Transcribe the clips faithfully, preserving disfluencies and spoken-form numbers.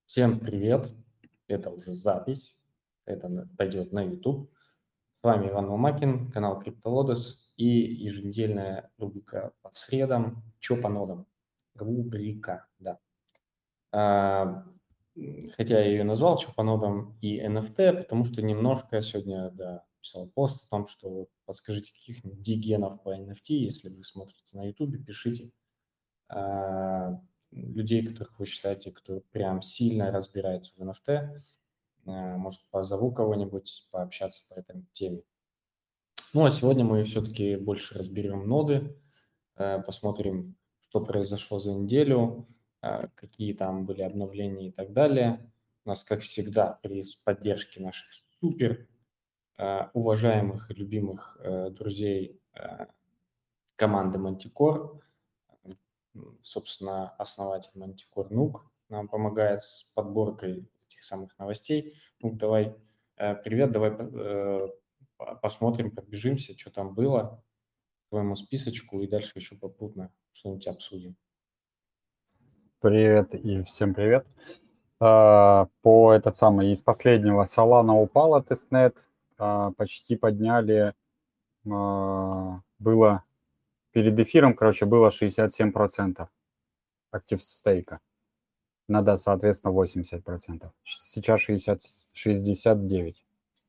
Всем привет! Это уже запись, это на- пойдет на YouTube. С вами Иван Ломакин, канал CryptoLotus и еженедельная рубрика по средам «Чё по нодам?» Рубрика, да. А, м, хотя я ее назвал «Чё по нодам» и эн эф ти, потому что немножко сегодня, да, писал пост о том, что подскажите каких-нибудь дигенов по эн эф ти, если вы смотрите на YouTube, пишите. А, людей, которых вы считаете, кто прям сильно разбирается в эн эф ти. А, Может, позову кого-нибудь пообщаться по этой теме. Ну, а сегодня мы все-таки больше разберем ноды, э, посмотрим, что произошло за неделю, э, какие там были обновления и так далее. У нас, как всегда, при поддержке наших супер э, уважаемых и любимых э, друзей э, команды Manticore, М, собственно, основатель Manticore Нук нам помогает с подборкой этих самых новостей. Нук, давай, э, привет, давай э, по- посмотрим, пробежимся, что там было, к твоему списочку, и дальше еще попутно что-нибудь обсудим. Привет и всем привет. А, По этот самый из последнего Solana упала тестнет, а, почти подняли, а, было перед эфиром, короче, было шестьдесят семь процентов актив стейка. Надо, соответственно, восемьдесят процентов. Сейчас шестьдесят, шестьдесят девять.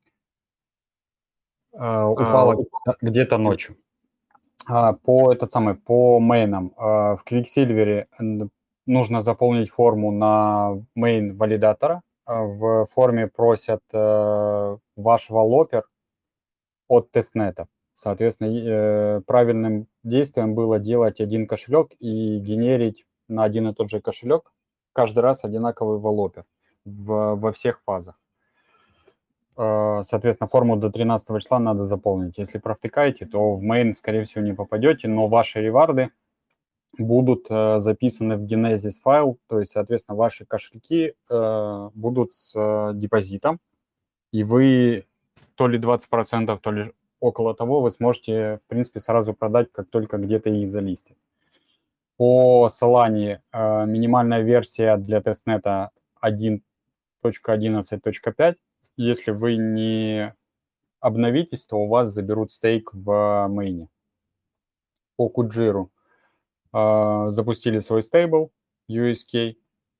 А, Упала где-то ночью. А, По этот самый, по мейнам, а, в Quicksilver н- нужно заполнить форму на main валидатора. А, В форме просят э, ваш валопер от тестнета. Соответственно, и, э, правильным действием было делать один кошелек и генерить на один и тот же кошелек каждый раз одинаковый валопер в, во всех фазах. Э, Соответственно, форму до тринадцатого числа надо заполнить. Если провтыкаете, то в main, скорее всего, не попадете, но ваши реварды будут э, записаны в Genesis файл, то есть, соответственно, ваши кошельки э, будут с э, депозитом, и вы то ли двадцать процентов, то ли около того вы сможете, в принципе, сразу продать, как только где-то их залистят. По Solana э, минимальная версия для тестнета один точка одиннадцать точка пять. Если вы не обновитесь, то у вас заберут стейк в мейне. По Куджиру э, запустили свой стейбл ю эс кей.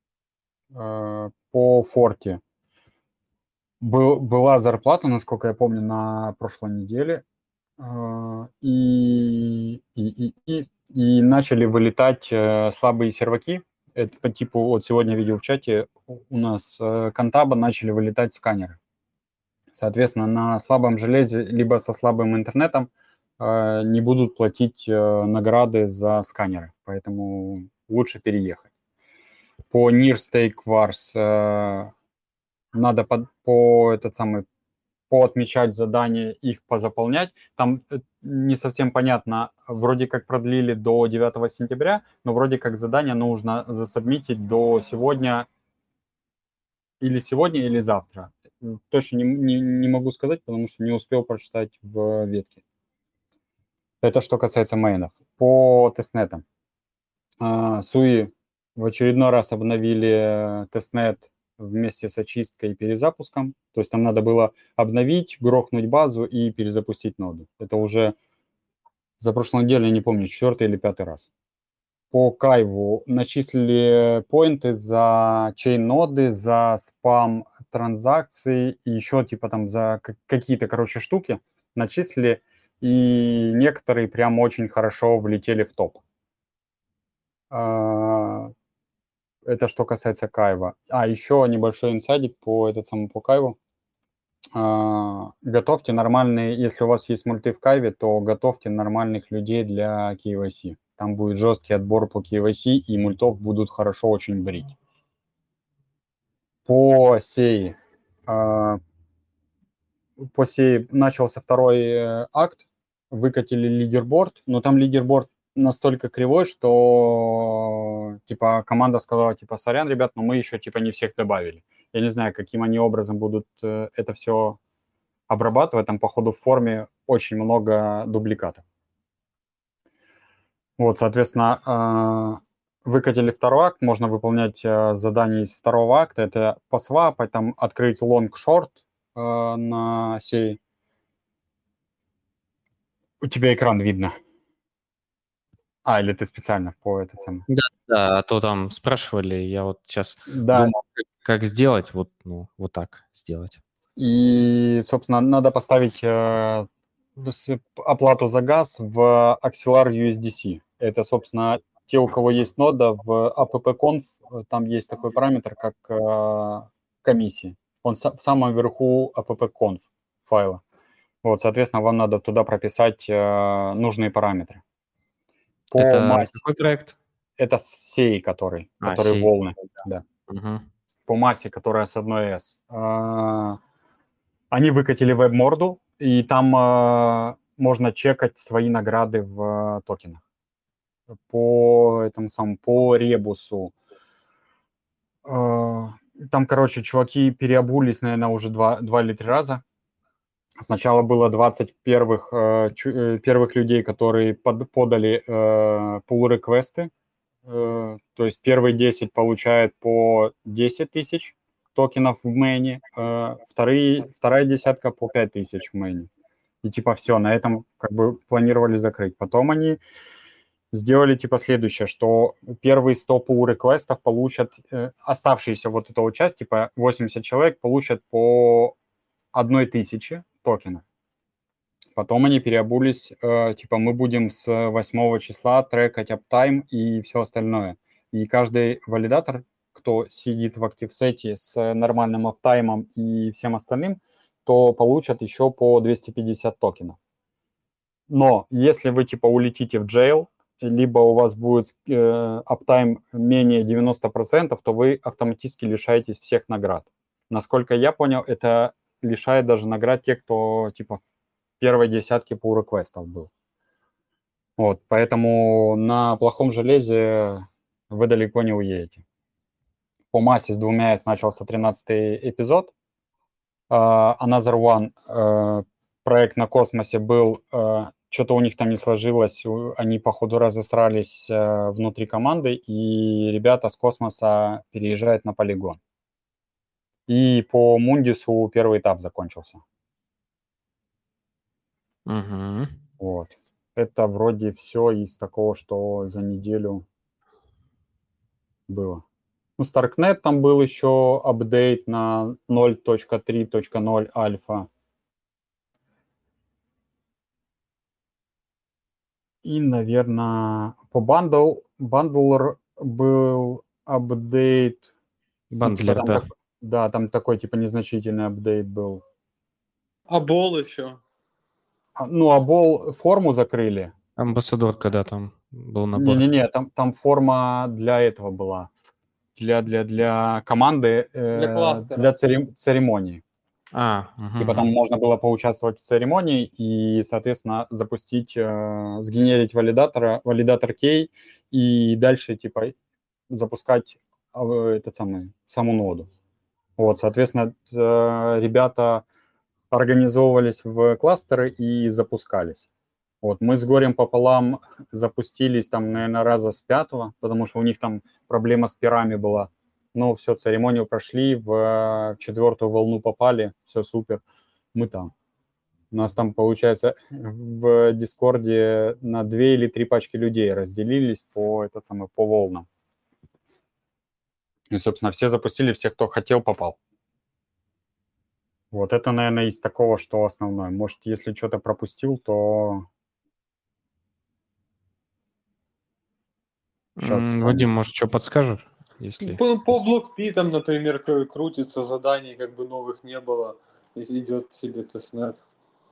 Э, по Форте был, была зарплата, насколько я помню, на прошлой неделе. Э, и, и, и, и, и начали вылетать э, слабые серваки. Это по типу, вот сегодня видел в чате, у нас э, Контаба начали вылетать сканеры. Соответственно, на слабом железе, либо со слабым интернетом э, не будут платить э, награды за сканеры, поэтому лучше переехать. По Near Stake Wars э, надо по, по этот самый поотмечать задания, их позаполнять. Там э, не совсем понятно, вроде как продлили до девятого сентября, но вроде как задание нужно засубмитить до сегодня или сегодня, или завтра. Точно не, не, не могу сказать, потому что не успел прочитать в ветке. Это что касается мейнов. По тестнетам. А, Суи в очередной раз обновили тестнет вместе с очисткой и перезапуском. То есть там надо было обновить, грохнуть базу и перезапустить ноду. Это уже за прошлую неделю, я не помню, четвертый или пятый раз. По Кайву начислили поинты за чейн-ноды, за спам транзакции и еще типа там за какие-то, короче, штуки начислили, и некоторые прям очень хорошо влетели в топ. Это что касается Кайва. А, еще небольшой инсайдик по этот самый по Кайву. А, готовьте нормальные, если у вас есть мульты в Кайве, то готовьте нормальных людей для кей вай си. Там будет жесткий отбор по кей вай си, и мультов будут хорошо очень брить. По сей, а, по сей начался второй э, акт, выкатили лидерборд, но там лидерборд настолько кривой, что типа команда сказала, типа, сорян, ребят, но мы еще типа не всех добавили. Я не знаю, каким они образом будут э, это все обрабатывать. Там, походу, в форме очень много дубликатов. Вот, соответственно, выкатили второй акт, можно выполнять э, задания из второго акта. Это посвапать, там, открыть long-short э, на сей. У тебя экран видно. А, или ты специально по этой цене? Да, да, а то там спрашивали, я вот сейчас Да. думал, как, как сделать, вот, ну, вот так сделать. И, собственно, надо поставить э, оплату за газ в Axelar ю эс ди си. Это, собственно, те, у кого есть нода в app.conf, там есть такой параметр, как э, комиссии. Он в самом верху app.conf файла. Вот, соответственно, вам надо туда прописать э, нужные параметры. По Это массе. какой проект? Это сей, который, А, который сей. волны. Да. Угу. По массе, которая с одной эс. Они выкатили веб-морду, и там э, можно чекать свои награды в э, токенах. По этому самому, по ребусу. Э, там, короче, чуваки переобулись, наверное, уже два, два или три раза. Сначала было двадцать первых, э, чу, первых людей, которые под, подали э, pull-реквесты. Э, то есть первые десять получают по десять тысяч токенов в мэне, э, вторые, вторая десятка по пять тысяч в мэне. И типа все, на этом как бы планировали закрыть. Потом они сделали типа следующее, что первые сто pull-реквестов получат, э, оставшиеся вот эта вот часть, типа восемьдесят человек получат по одной тысяче токенов. Потом они переобулись, э, типа мы будем с восьмого числа трекать аптайм и все остальное. И каждый валидатор, кто сидит в ActiveSet с нормальным аптаймом и всем остальным, то получат еще по двести пятьдесят токенов. Но если вы типа улетите в jail, либо у вас будет э, аптайм менее девяносто процентов, то вы автоматически лишаетесь всех наград. Насколько я понял, это лишает даже наград тех, кто типа в первой десятке pull-реквестов был. Вот, поэтому на плохом железе вы далеко не уедете. По массе с двумя эс начался тринадцатый эпизод. Uh, Another One, uh, проект на космосе был, uh, что-то у них там не сложилось, они, походу, разосрались uh, внутри команды, и ребята с космоса переезжают на полигон. И по Мундису первый этап закончился. Угу. Вот. Это вроде все из такого, что за неделю было. Ну, Starknet там был еще апдейт на ноль точка три точка ноль альфа. И, наверное, по бандл, бандлер был апдейт. Бандлер, ну, типа, там да. так, да, там такой, типа, незначительный апдейт был. А бол еще? А, ну, а бол форму закрыли. Амбассадор, когда там был набор. Не-не-не, там, там форма для этого была. Для, для, для команды, э, Для кластера. для церем, церемонии. А, угу. Типа там можно было поучаствовать в церемонии и, соответственно, запустить, э, сгенерить валидатора, валидатор кей и дальше, типа, запускать э, этот самый, саму ноду. Вот, соответственно, э, ребята организовывались в кластеры и запускались. Вот, мы с горем пополам запустились там, наверное, раза с пятого, потому что у них там проблема с пирами была. Ну, все, церемонию прошли, в четвертую волну попали, все супер, мы там. У нас там, получается, в Дискорде на две или три пачки людей разделились по, этот самый, по волнам. И, собственно, все запустили, все, кто хотел, попал. Вот это, наверное, из такого, что основное. Может, если что-то пропустил, то... Сейчас М, Вадим, может, что подскажешь? Если... По, по блокпитам, например, к- крутится, заданий как бы новых не было. И идет себе тестнет.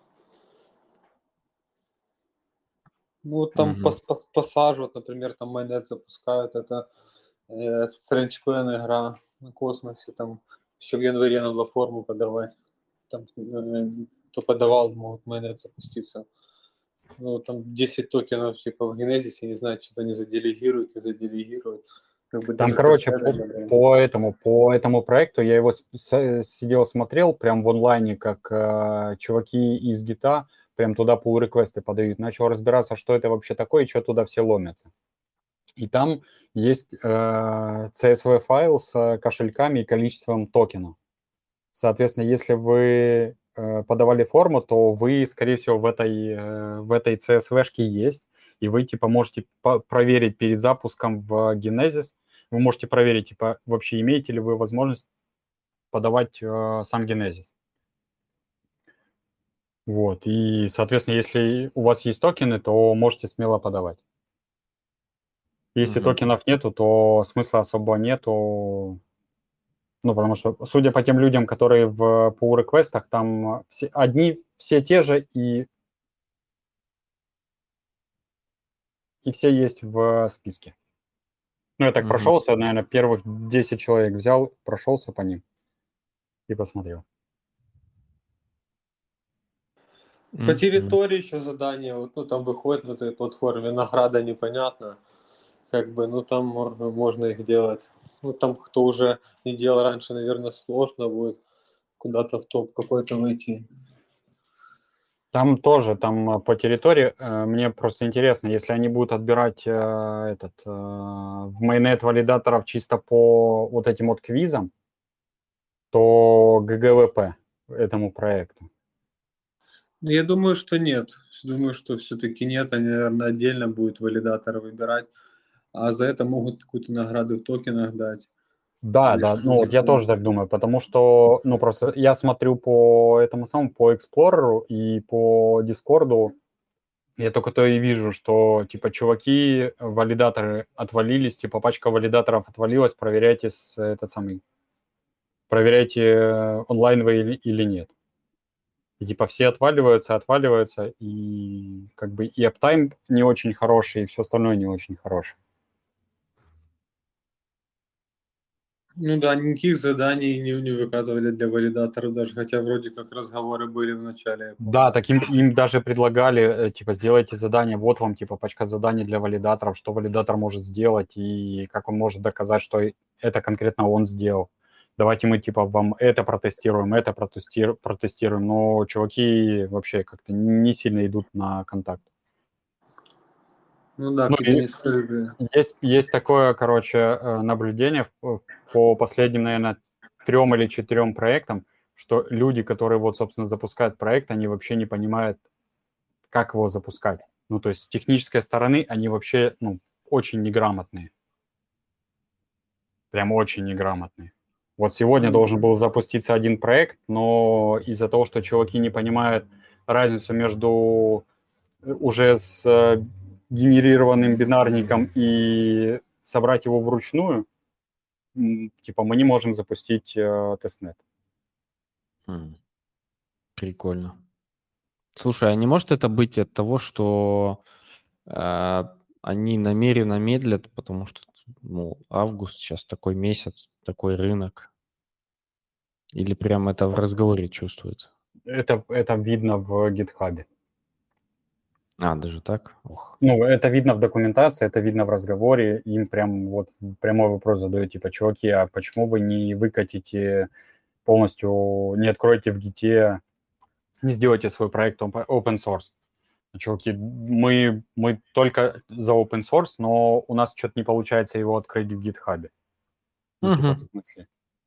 Ну, вот там Мгм. по, по, по сажу, вот, например, там майонез запускают, это э, Strange Clan игра на космосе, там еще в январе надо форму подавать. Там, э, кто подавал, могут майонез запуститься. Ну, там десять токенов, типа, в Генезисе, не знаю, что-то не заделегируют, не заделегируют. Как бы Там, даже короче, по, тестнет, по этому, по этому проекту я его с, с, сидел, смотрел прям в онлайне, как э, чуваки из гита прям туда pull-реквесты подают. Начал разбираться, что это вообще такое и что туда все ломятся. И там есть э, си эс ви-файл с кошельками и количеством токенов. Соответственно, если вы э, подавали форму, то вы, скорее всего, в этой, э, в этой си эс ви-шке есть, и вы, типа, можете по- проверить перед запуском в Genesis, вы можете проверить, типа, вообще имеете ли вы возможность подавать э, сам Genesis. Вот, и, соответственно, если у вас есть токены, то можете смело подавать. Если Мгм. токенов нету, то смысла особо нету. Ну, потому что, судя по тем людям, которые в pull-реквестах, там все, одни все те же, и, и все есть в списке. Ну, я так Мгм. прошелся, наверное, первых десять человек взял, прошелся по ним и посмотрел. По Мгм. территории еще задание, вот, ну, там выходит на этой платформе, награда непонятно, как бы, ну, там можно, можно их делать. Ну, там, кто уже не делал раньше, наверное, сложно будет куда-то в топ какой-то войти. Там тоже, там э, по территории, э, мне просто интересно, если они будут отбирать э, этот э, в майонет валидаторов чисто по вот этим вот квизам, то гэ гэ вэ пэ этому проекту. Ну, я думаю, что нет. Думаю, что все-таки нет. Они, наверное, отдельно будут валидатора выбирать. А за это могут какую-то награду в токенах дать. Да, Или да, что-то ну вот я такое. тоже так думаю, потому что, ну просто я смотрю по этому самому, по Explorer и по Discord, я только то и вижу, что типа чуваки, валидаторы отвалились, типа пачка валидаторов отвалилась, проверяйте с, этот самый, проверяйте э, онлайн вы или, или нет. И типа все отваливаются, отваливаются, и как бы и аптайм не очень хороший, и все остальное не очень хорошее. Ну да, никаких заданий не, не выкатывали для валидаторов даже, хотя вроде как разговоры были в начале, я помню. Да, таким им даже предлагали, э, типа, сделайте задание, вот вам, типа, пачка заданий для валидаторов, что валидатор может сделать и как он может доказать, что это конкретно он сделал. Давайте мы, типа, вам это протестируем, это протестируем, протестируем, но чуваки вообще как-то не сильно идут на контакт. Ну да, Ну, какие-то и не скрыли. есть, есть такое, короче, э, наблюдение в- по последним, наверное, трем или четырем проектам, что люди, которые вот, собственно, запускают проект, они вообще не понимают, как его запускать. Ну, то есть с технической стороны они вообще, ну, очень неграмотные. Прям очень неграмотные. Вот сегодня Ну, должен был запуститься один проект, но из-за того, что чуваки не понимают разницу между уже с э, генерированным бинарником и собрать его вручную, м, типа мы не можем запустить э, тестнет. М. Прикольно. Слушай, а не может это быть от того, что э, они намеренно медлят, потому что, ну, август сейчас такой месяц, такой рынок? Или прям это в разговоре чувствуется? Это, это видно в гитхабе. А, даже так? Ох. Ну, это видно в документации, это видно в разговоре. Им прям вот прямой вопрос задают, типа, чуваки, а почему вы не выкатите полностью, не откроете в гите, не сделаете свой проект open open source? Чуваки, мы, мы только за open source, но у нас что-то не получается его открыть в гитхабе. Ну, типа, в Мгм. смысле.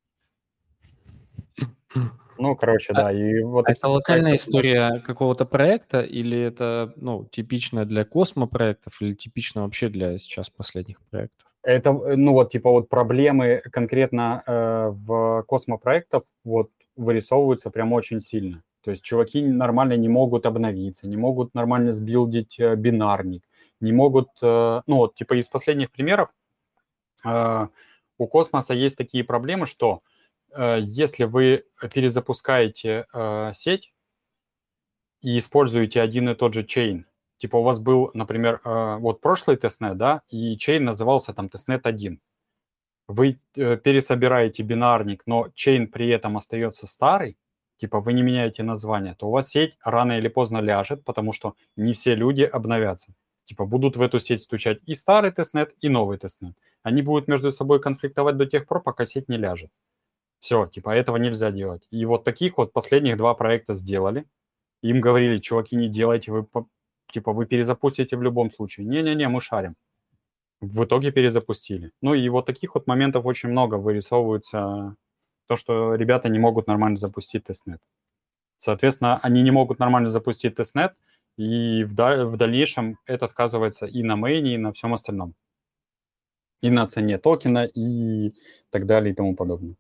Ну, короче, А да, и вот а это таких локальная проектов много. история какого-то проекта или это, ну, типично для космопроектов или типично вообще для сейчас последних проектов? Это, э, ну, вот, типа, вот проблемы конкретно э, в космопроектах вот вырисовываются прям очень сильно. То есть чуваки нормально не могут обновиться, не могут нормально сбилдить э, бинарник, не могут, э, ну, вот, типа, из последних примеров э, у космоса есть такие проблемы, что э, если вы перезапускаете э, сеть и используете один и тот же чейн, типа у вас был, например, э, вот прошлый тестнет, да, и чейн назывался там тестнет один. Вы э, пересобираете бинарник, но чейн при этом остается старый, типа вы не меняете название, то у вас сеть рано или поздно ляжет, потому что не все люди обновятся. Типа будут в эту сеть стучать и старый тестнет, и новый тестнет. Они будут между собой конфликтовать до тех пор, пока сеть не ляжет. Все, типа этого нельзя делать. И вот таких вот последних два проекта сделали. Им говорили, чуваки, не делайте, вы, типа, вы перезапустите в любом случае. Не-не-не, мы шарим. В итоге перезапустили. Ну и вот таких вот моментов очень много вырисовывается. То, что ребята не могут нормально запустить тестнет. Соответственно, они не могут нормально запустить тестнет, и в, да- в дальнейшем это сказывается и на мейне, и на всем остальном. И на цене токена, и так далее, и тому подобное.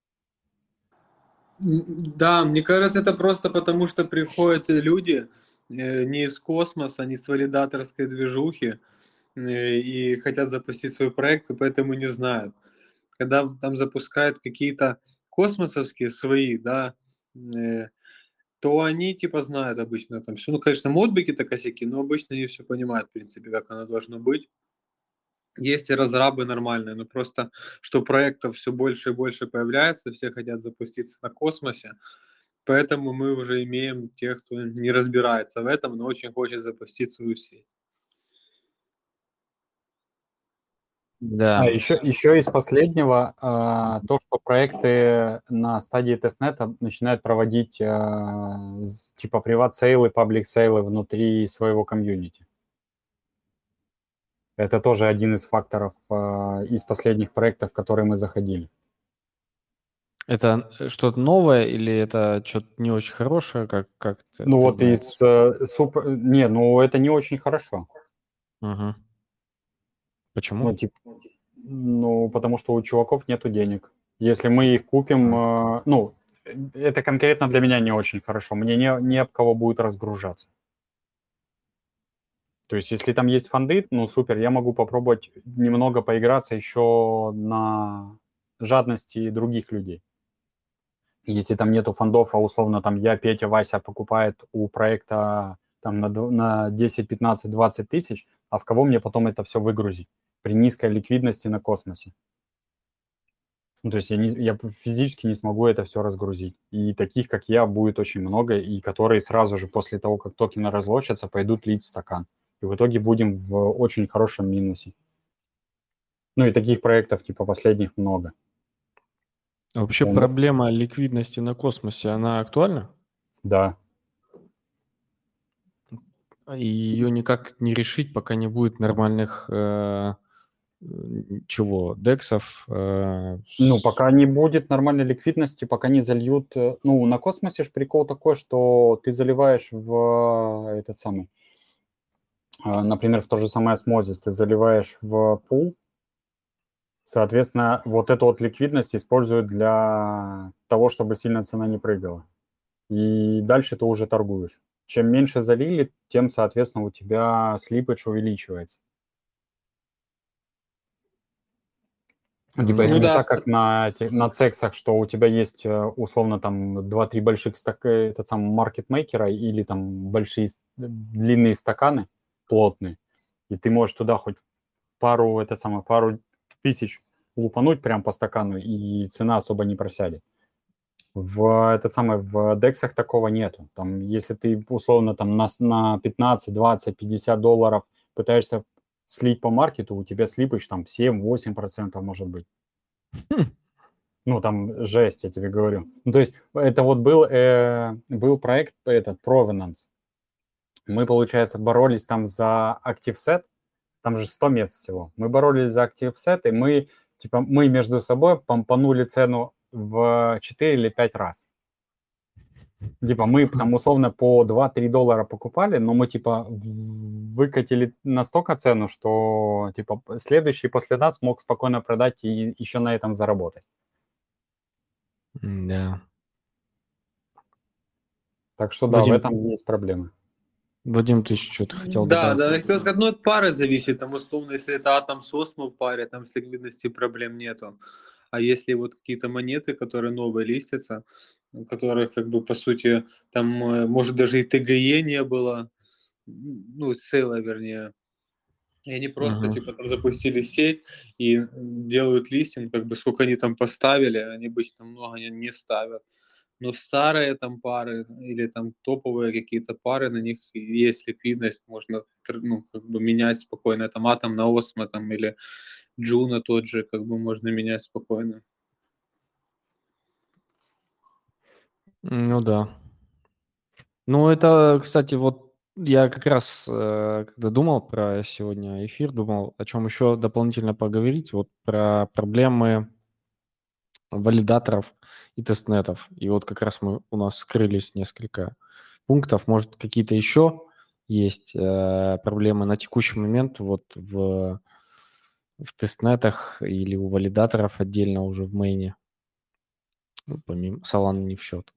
М, Да, мне кажется, это просто потому, что приходят люди э, не из космоса, не с валидаторской движухи э, и хотят запустить свой проект, и поэтому не знают. Когда там запускают какие-то космосовские свои, да, э, то они типа знают обычно там все. Ну, конечно, модбеки-то косяки, но обычно они все понимают, в принципе, как оно должно быть. Есть и разрабы нормальные, но просто, что проектов все больше и больше появляется, все хотят запуститься на космосе, поэтому мы уже имеем тех, кто не разбирается в этом, но очень хочет запустить свою сеть. А Да, еще, еще из последнего, а, то, что проекты на стадии тестнета начинают проводить а, з- типа приват-сейлы, паблик-сейлы внутри своего комьюнити. Это тоже один из факторов а, из последних проектов, в которые мы заходили. это э, что-то новое или это что-то не очень хорошее, как, как ты, Ну ты вот думаешь? из э, супер... Не, ну это не очень хорошо. Мгм. Почему? Ну, типа, ну, потому что у чуваков нету денег. Если мы их купим, э, ну, э, это конкретно для меня не очень хорошо. Мне не, не об кого будет разгружаться. То есть, если там есть фонды, ну, супер, я могу попробовать немного поиграться еще на жадности других людей. Если там нету фондов, а условно там я, Петя, Вася покупает у проекта там на, д- на десять, пятнадцать, двадцать тысяч, а в кого мне потом это все выгрузить при низкой ликвидности на космосе? Ну, то есть я, не, я физически не смогу это все разгрузить. И таких, как я, будет очень много, и которые сразу же после того, как токены разлочатся, пойдут лить в стакан. И в итоге будем в очень хорошем минусе. Ну и таких проектов типа последних много. А вообще Он- проблема ликвидности на космосе, она актуальна? Да. И ее никак не решить, пока не будет нормальных э, м, чего, дексов. э, Ну, с- пока не будет нормальной ликвидности, пока не зальют... э, Ну, на космосе ж прикол такой, что ты заливаешь в э, этот самый, э, например, в то же самое осмозис, ты заливаешь в пул, соответственно, вот эту вот ликвидность используют для того, чтобы сильно цена не прыгала. И дальше ты уже торгуешь. Чем меньше залили, тем, соответственно, у тебя слипыч увеличивается. Ну, типа это Ну Ну, не да, так, как на, эти- на цексах, что у тебя есть э, условно там два-три больших стака, этот самый маркетмейкера или там большие с- длинные стаканы плотные, и ты можешь туда хоть пару, это самое, пару тысяч лупануть прям по стакану, и цена особо не просядет. В этот самый, в дексах такого нету. Там, если ты условно там на, с- на пятнадцать, двадцать, пятьдесят долларов пытаешься слить по маркету, у тебя слипаешь там семь-восемь процентов может быть. хм, Ну, там жесть, я тебе говорю. Ну, то есть это вот был, э, был проект этот, Provenance. Мы, получается, боролись там за ActiveSet, там же сто мест всего. Мы боролись за ActiveSet, и мы, типа, мы между собой помпанули цену в четыре или пять раз. Типа мы там условно по два-три доллара покупали, но мы типа выкатили настолько цену, что типа следующий после нас мог спокойно продать и еще на этом заработать. да. Так что да, в Вадим, этом есть проблемы. Вадим, ты еще что-то хотел да, добавить? да, я хотел сказать, ну от пары зависит, там условно, если это атом с осмо в паре, там с ликвидностью проблем нету. А если вот какие-то монеты, которые новые листятся, у которых как бы по сути там э, может даже и ТГЕ не было, м, ну сейла вернее, и они просто Мгм. типа там запустили сеть и делают листинг, как бы сколько они там поставили, они обычно много не, не ставят. Но старые там пары или там топовые какие-то пары, на них есть ликвидность, можно тр- ну, как бы менять спокойно. Там Атом на Осмо там, или Джуна тот же, как бы можно менять спокойно. Ну да. Ну, это, кстати, вот я как раз, э, когда думал про сегодня эфир, думал, о чем еще дополнительно поговорить, вот про проблемы валидаторов и тестнетов. И вот как раз мы, у нас скрылись несколько пунктов. Может, какие-то еще есть э, проблемы на текущий момент вот в, в тестнетах или у валидаторов отдельно уже в мейне? Ну, помимо Solana не в счет.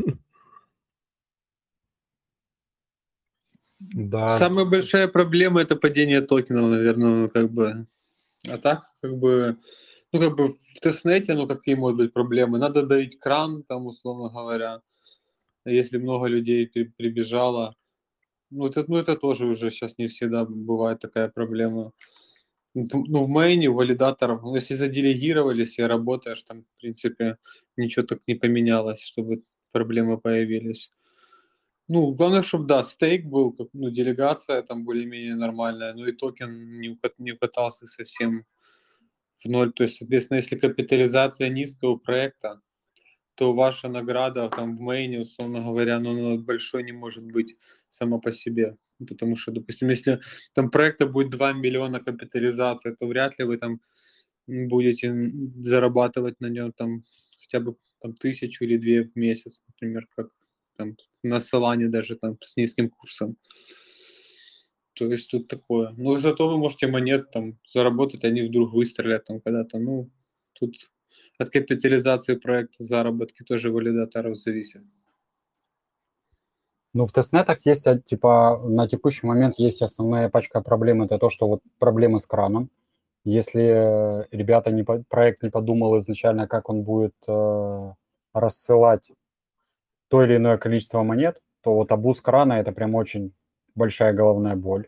Да, Самая большая проблема это падение токенов, наверное, ну, как бы. А так, как бы, ну, как бы в тестнете, ну, какие могут быть проблемы? Надо давить кран, там, условно говоря, если много людей при- прибежало. Ну это, ну, это тоже уже сейчас не всегда бывает такая проблема. В- Ну, в мейне, у валидаторов, ну, если заделегировали, если работаешь, там, в принципе, ничего так не поменялось, чтобы проблемы появились. Ну, главное, чтобы, да, стейк был, как, ну, делегация там более-менее нормальная, ну и токен не, укат- не укатался совсем в ноль. То есть, соответственно, если капитализация низкая у проекта, то ваша награда там в мейне, условно говоря, ну, она большой не может быть сама по себе. Потому что, допустим, если там проекта будет два миллиона капитализация, то вряд ли вы там будете зарабатывать на нем там хотя бы там тысячу или две в месяц, например, как там на Solana даже там с низким курсом. То есть тут такое. Но зато вы можете монет там заработать, они вдруг выстрелят там когда-то. Ну, тут от капитализации проекта заработки тоже валидаторов зависят. ну, в тестнетах есть, а, типа, на текущий момент есть основная пачка проблем. Это то, что вот проблемы с краном. Если э, ребята, не, по- проект не подумал изначально, как он будет э, рассылать то или иное количество монет, то вот абуз крана – это прям очень большая головная боль.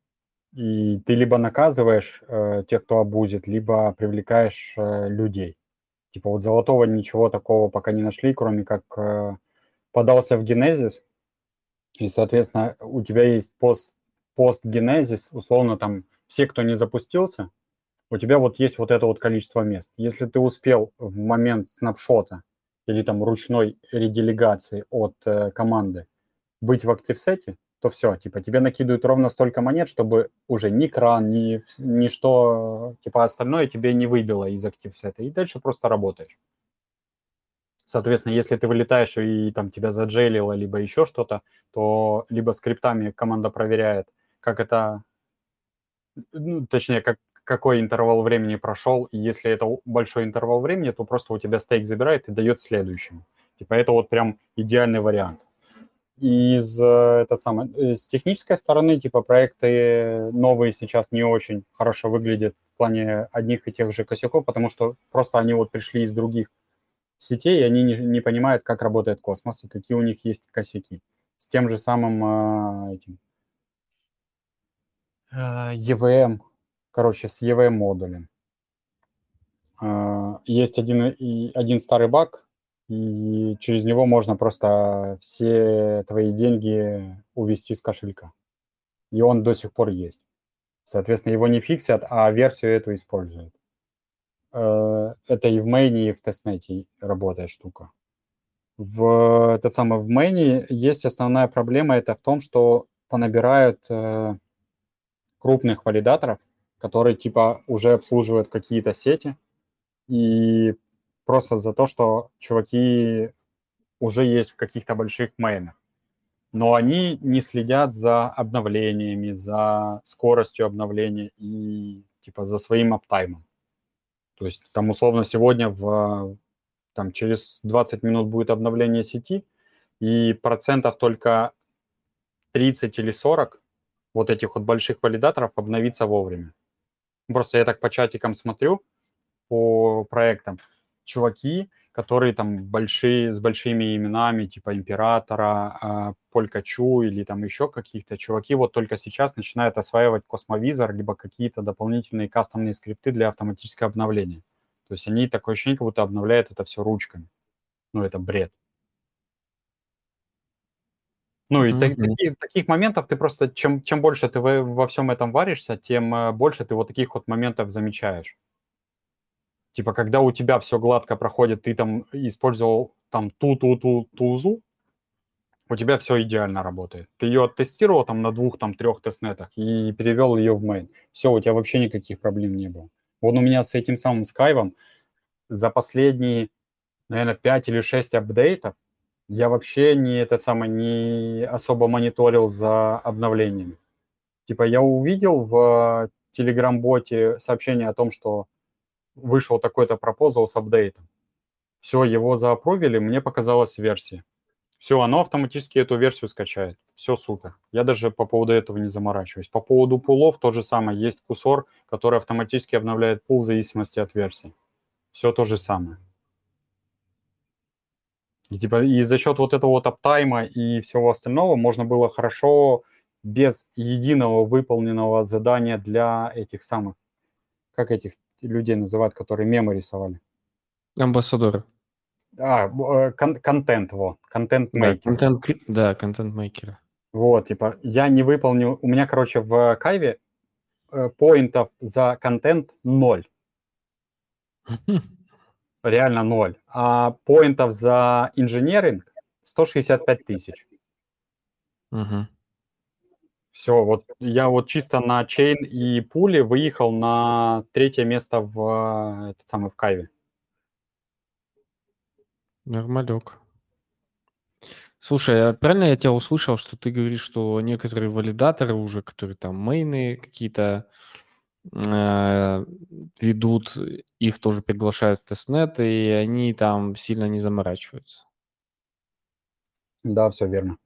И ты либо наказываешь э, тех, кто абузит, либо привлекаешь э, людей. Типа вот золотого ничего такого пока не нашли, кроме как э, подался в генезис, и, соответственно, у тебя есть пост, постгенезис, условно там все, кто не запустился, у тебя вот есть вот это вот количество мест. Если ты успел в момент снапшота или там ручной ределегации от э, команды быть в активсете, то все, типа тебе накидывают ровно столько монет, чтобы уже ни кран, ни, ни что, типа остальное тебе не выбило из активсета. И дальше просто работаешь. Соответственно, если ты вылетаешь и там тебя заджейлило, либо еще что-то, то либо скриптами команда проверяет, как это, ну, точнее, как, какой интервал времени прошел, и если это большой интервал времени, то просто у тебя стейк забирает и дает следующему. Типа это вот прям идеальный вариант. Из, э, этот самый, э, с технической стороны, типа, проекты новые сейчас не очень хорошо выглядят в плане одних и тех же косяков, потому что просто они вот пришли из других сетей, и они не, не понимают, как работает космос и какие у них есть косяки. С тем же самым э, этим, э, и ви эм, короче, с и ви эм-модулем. Э, есть один, и, один старый баг, и через него можно просто все твои деньги увести с кошелька. И он до сих пор есть. Соответственно, его не фиксят, а версию эту используют. Э, Это и в мейне, и в тестнете работает штука. В этот самый в мейне есть основная проблема, это в том, что понабирают э, крупных валидаторов, которые типа уже обслуживают какие-то сети, и просто за то, что чуваки уже есть в каких-то больших мейнах. Но они не следят за обновлениями, за скоростью обновления и типа за своим аптаймом. То есть там условно сегодня в, там, через двадцать минут будет обновление сети, и процентов только тридцать или сорок вот этих вот больших валидаторов обновится вовремя. Просто я так по чатикам смотрю, по проектам, чуваки, которые там большие, с большими именами, типа Императора, Полькачу или там еще каких-то, чуваки вот только сейчас начинают осваивать Космовизор, либо какие-то дополнительные кастомные скрипты для автоматического обновления. То есть они такое ощущение, как будто обновляют это все ручками. Ну, это бред. Ну, и так- Мгм. такие, таких моментов ты просто, чем, чем больше ты во, во всем этом варишься, тем э, больше ты вот таких вот моментов замечаешь. Типа, когда у тебя все гладко проходит, ты там использовал там ту-ту-ту тузу, у тебя все идеально работает. Ты ее оттестировал там на двух, там, трех тестнетах и перевел ее в main. Все, у тебя вообще никаких проблем не было. Вот у меня с этим самым Skype за последние, наверное, пять или шесть апдейтов я вообще не, это самое, не особо мониторил за обновлениями. Типа я увидел в Telegram-боте сообщение о том, что вышел такой-то пропозал с апдейтом. Все, его заапрувили, мне показалась версия. Все, оно автоматически эту версию скачает. Все супер. Я даже по поводу этого не заморачиваюсь. По поводу пулов то же самое. Есть курсор, который автоматически обновляет пул в зависимости от версии. Все то же самое. И, типа, и за счет вот этого вот аптайма и всего остального можно было хорошо без единого выполненного задания для этих самых, как этих людей называют, которые мемы рисовали. Амбассадоры. А, б- э, кон- контент, вот, Да, контент-мейкер. контент, да, контент-мейкеры. Вот, типа, я не выполнил, у меня, короче, в Кайве э, поинтов за контент ноль, реально ноль, а поинтов за инженеринг сто шестьдесят пять тысяч. Мгм. Все, вот я вот чисто на чейн и пуле выехал на третье место в, э, этот самый, в Кайве. Нормалек. Слушай, а правильно я тебя услышал, что ты говоришь, что некоторые валидаторы уже, которые там мейны какие-то э, ведут, их тоже приглашают в тестнет, и они там сильно не заморачиваются. Да, все верно.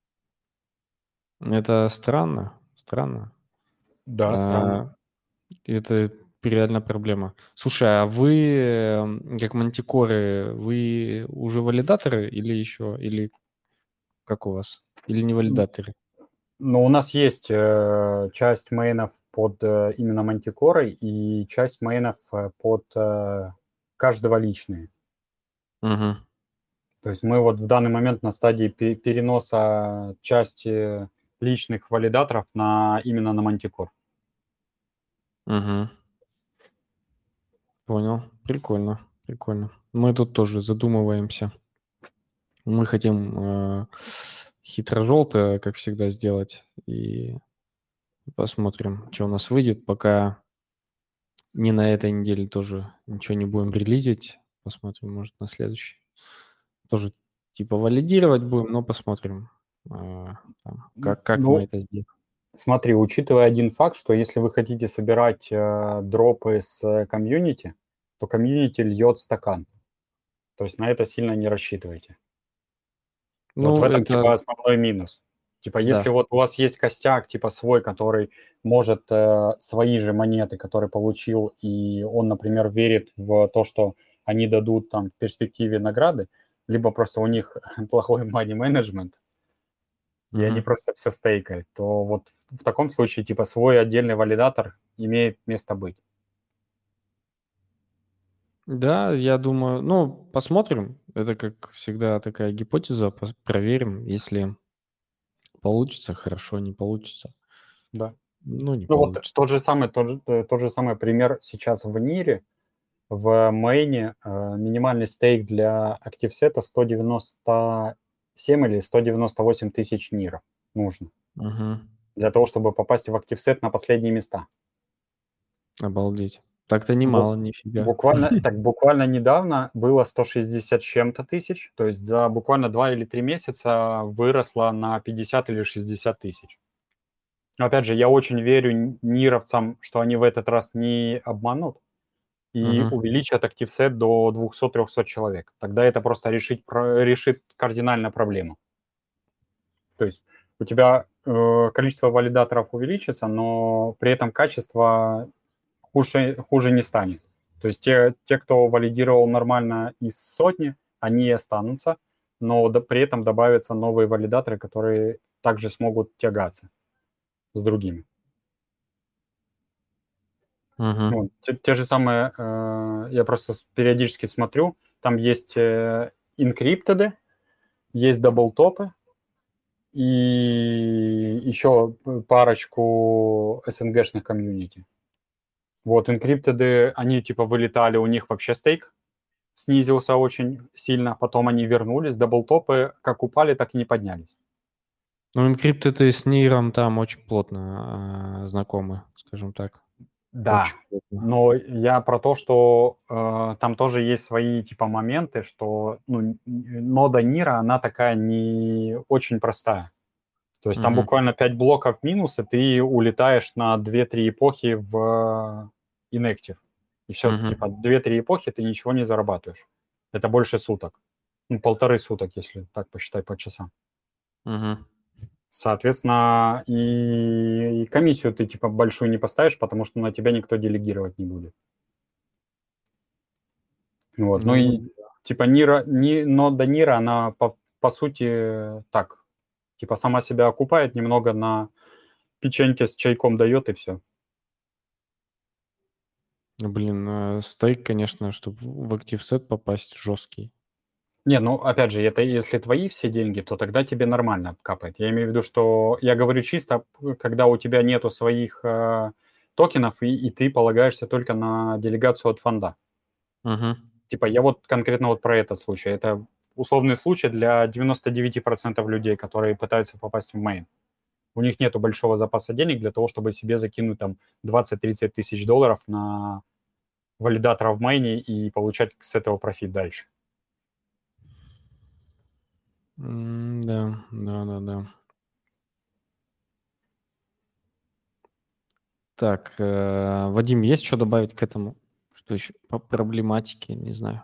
Это странно, странно. Да, странно. А, Это реально проблема. Слушай, а вы, э, как мантикоры, вы уже валидаторы или еще, или как у вас? Или не валидаторы? Но у нас есть э, часть мейнов под э, именно мантикорой и часть мейнов э, под э, каждого личные. Угу. То есть мы вот в данный момент на стадии пе- переноса части личных валидаторов на именно на мантикор. Угу. Понял. Прикольно, прикольно. Мы тут тоже задумываемся. Мы хотим э, хитро-желтое, как всегда, сделать. И посмотрим, что у нас выйдет. Пока не на этой неделе тоже ничего не будем релизить. Посмотрим, может, на следующий. Тоже типа валидировать будем, но посмотрим, э, там, как, как мы Ну, это сделаем. смотри, учитывая один факт, что если вы хотите собирать э, дропы с э, комьюнити, то комьюнити льет в стакан. То есть на это сильно не рассчитывайте. Вот в Ну, этом, типа, это, основной минус. Типа, если да. вот у вас есть костяк, типа, свой, который может э, свои же монеты, которые получил, и он, например, верит в то, что они дадут там в перспективе награды, либо просто у них плохой money management, и они Мгм. просто все стейкают, то вот в таком случае, типа, свой отдельный валидатор имеет место быть. Да, я думаю, ну, посмотрим. Это, как всегда, такая гипотеза. пос- Проверим. Если получится, хорошо, не получится. Да. Ну, не Ну вот получится. тот же самый, тот же, э, тот же самый пример сейчас в нире. В мейне э, минимальный стейк для активсета сто девяносто семь или сто девяносто восемь тысяч ниров нужно Мгм. для того, чтобы попасть в активсет на последние места. Обалдеть. Так-то Бу- немало, нифига. Буквально, так, буквально недавно было сто шестьдесят с чем-то тысяч, то есть за буквально два или три месяца выросло на пятьдесят или шестьдесят тысяч. Но опять же, я очень верю нировцам, что они в этот раз не обманут и Мгм. увеличат активсет до двухсот-трехсот человек. Тогда это просто решить, про- решит кардинально проблему. То есть у тебя э, количество валидаторов увеличится, но при этом качество хуже, хуже не станет. То есть те, те, кто валидировал нормально из сотни, они и останутся, но до- при этом добавятся новые валидаторы, которые также смогут тягаться с другими. Мгм. Ну, те, те же самые, э, я просто с- периодически смотрю, там есть э, инкриптеды, есть даблтопы и еще парочку эс эн гэ-шных комьюнити. Вот, инкриптеды, они типа вылетали, у них вообще стейк, снизился очень сильно, потом они вернулись, даблтопы как упали, так и не поднялись. Ну, инкрипты ты с Ниром там очень плотно а, знакомы, скажем так. Да, Очень плотно. но я про то, что э, там тоже есть свои типа моменты, что ну, н- нода Нира, она такая не очень простая. То есть там Мгм. буквально пять блоков минус, и ты улетаешь на две-три эпохи в inactive. И все, Мгм. типа две-три эпохи ты ничего не зарабатываешь. Это больше суток. Ну, полторы суток, если так посчитай по часам. Мгм. Соответственно, и, и комиссию ты типа большую не поставишь, потому что на тебя никто делегировать не будет. Вот. Ну Ну, и типа Нира, ни, нода Нира, она по, по сути так, типа сама себя окупает, немного на печеньке с чайком дает и все. ну, блин, э, стейк, конечно, чтобы в ActiveSet попасть, жесткий. Не, ну опять же, это если твои все деньги, то тогда тебе нормально капает. Я имею в виду, что я говорю чисто, когда у тебя нету своих э, токенов, и, и ты полагаешься только на делегацию от фонда. Мгм. Типа я вот конкретно вот про этот случай. Это условный случай для девяноста девяти процентов людей, которые пытаются попасть в мейн. У них нету большого запаса денег для того, чтобы себе закинуть там двадцать-тридцать тысяч долларов на валидатора в майне и получать с этого профит дальше. М, Да, да, да, да. Так, э, Вадим, есть что добавить к этому? Что еще по проблематике, не знаю.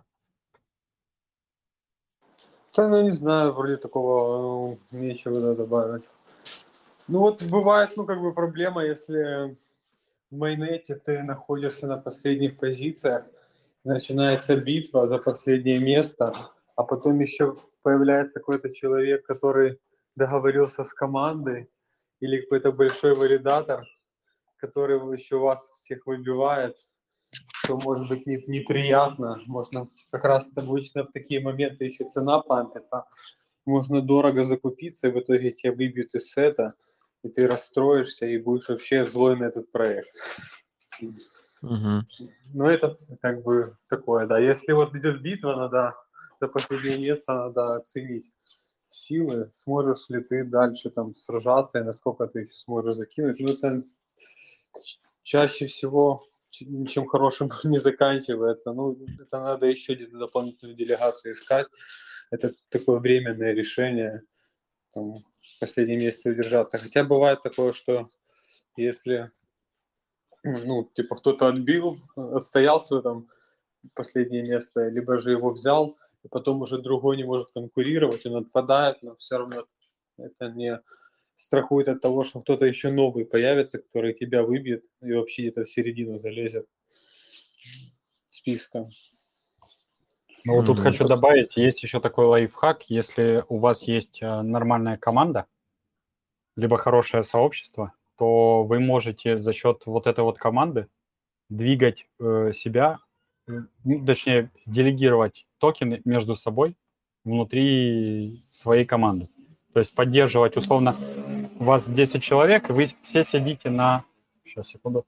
Да, ну не знаю, вроде такого ну, нечего да, добавить. Ну вот бывает, ну как бы проблема, если в майнете ты находишься на последних позициях, начинается битва за последнее место, а потом еще появляется какой-то человек, который договорился с командой, или какой-то большой валидатор, который еще вас всех выбивает, что может быть не- неприятно. Можно как раз обычно в такие моменты еще цена пампится. Можно дорого закупиться, и в итоге тебя выбьют из сета, и ты расстроишься, и будешь вообще злой на этот проект. Мгм. Ну, это как бы такое, да. Если вот идет битва, надо за последнее место надо оценить силы, сможешь ли ты дальше там сражаться, и насколько ты еще сможешь закинуть. Ну, это ч- чаще всего ч- ничем хорошим не заканчивается. Ну, это надо еще где-то дополнительную делегацию искать. Это такое временное решение, там, в последнем месте удержаться. Хотя бывает такое, что если ну, типа, кто-то отбил, отстоял свое там последнее место, либо же его взял, и потом уже другой не может конкурировать, он отпадает, но все равно это не страхует от того, что кто-то еще новый появится, который тебя выбьет и вообще где-то в середину залезет списка. Ну вот тут Мгм. хочу добавить, есть еще такой лайфхак, если у вас есть э, нормальная команда, либо хорошее сообщество, то вы можете за счет вот этой вот команды двигать э, себя, э, ну, точнее, делегировать токены между собой внутри своей команды. То есть поддерживать, условно, у вас десять человек, и вы все сидите на... Сейчас, секунду.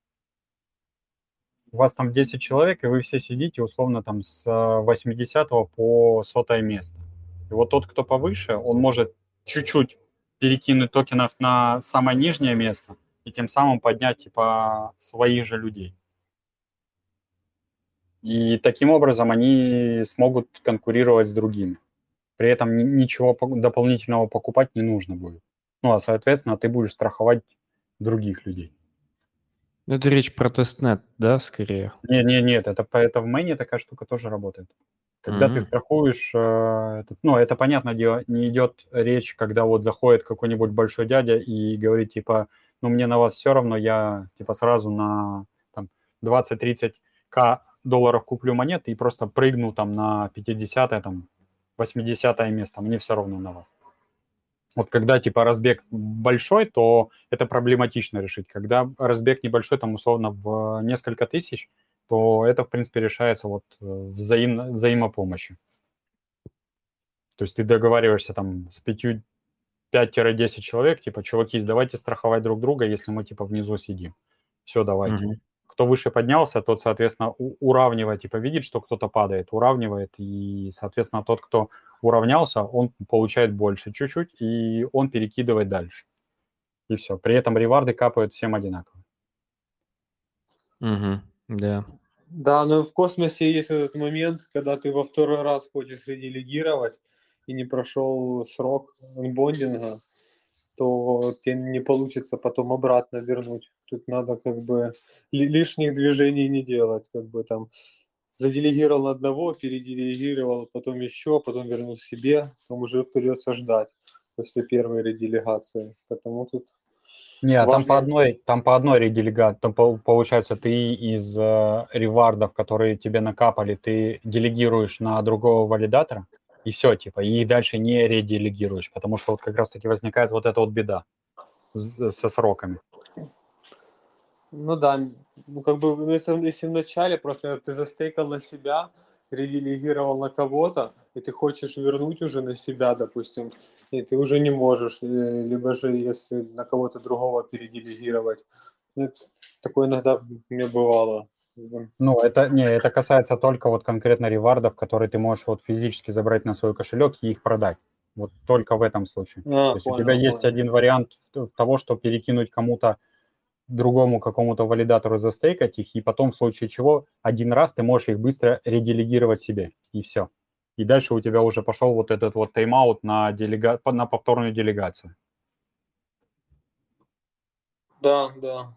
У вас там десять человек, и вы все сидите, условно, там с восьмидесятого по сотое место. И вот тот, кто повыше, он может чуть-чуть перекинуть токенов на самое нижнее место и тем самым поднять, типа, своих же людей. И таким образом они смогут конкурировать с другими. При этом ни- ничего по- дополнительного покупать не нужно будет. Ну, а, соответственно, ты будешь страховать других людей. Ну, это речь про тестнет, да, скорее? Нет, нет, нет, это, по- это в мейне такая штука тоже работает. Когда ты М. страхуешь, э, это- ну, это, понятное дело, не идет речь, когда вот заходит какой-нибудь большой дядя и говорит, типа, ну, мне на вас все равно, я, типа, сразу на там, двадцать-тридцать к долларов куплю монеты и просто прыгну там на пятидесятое, там, восьмидесятое место, мне все равно на вас. Вот когда, типа, разбег большой, то это проблематично решить. Когда разбег небольшой, там, условно, в несколько тысяч, то это, в принципе, решается вот э, взаимно, взаимопомощью. То есть ты договариваешься там с пятью, пять-десять человек, типа, чуваки, давайте страховать друг друга, если мы, типа, внизу сидим. Все, давайте. Мгм. Кто кто выше поднялся, тот, соответственно, у- уравнивает, типа видит, что кто-то падает, уравнивает, и, соответственно, тот, кто уравнялся, он получает больше чуть-чуть, и он перекидывает дальше. И все. При этом реварды капают всем одинаково. Мгм. Да. Да, но в космосе есть этот момент, когда ты во второй раз хочешь ределегировать и не прошел срок анбондинга, то тебе не получится потом обратно вернуть. Тут надо как бы ли- лишних движений не делать, как бы там заделегировал одного, переделегировал, потом еще, потом вернул себе, потом уже придется ждать после первой ределегации. Потому тут Не, а там по важно... одной, там по одной ределегат, там пол- получается ты из э, ревардов, которые тебе накапали, ты делегируешь на другого валидатора, и все, типа, и их дальше не ределегируешь, потому что вот как раз-таки возникает вот эта вот беда с- со сроками. Ну да, ну как бы, ну, если, если в начале просто ты застейкал на себя, ределегировал на кого-то, и ты хочешь вернуть уже на себя, допустим, и ты уже не можешь, э, либо же если на кого-то другого переделегировать. Ну, это такое иногда у меня бывало. Ну, это не, это касается только вот конкретно ревардов, которые ты можешь вот физически забрать на свой кошелек и их продать. Вот только в этом случае. А, То есть у тебя понял, есть понял. один вариант в- того, что перекинуть кому-то другому какому-то валидатору застейкать их, и потом в случае чего один раз ты можешь их быстро ределегировать себе, и все. И дальше у тебя уже пошел вот этот вот тайм-аут на, делега... на повторную делегацию. Да, да.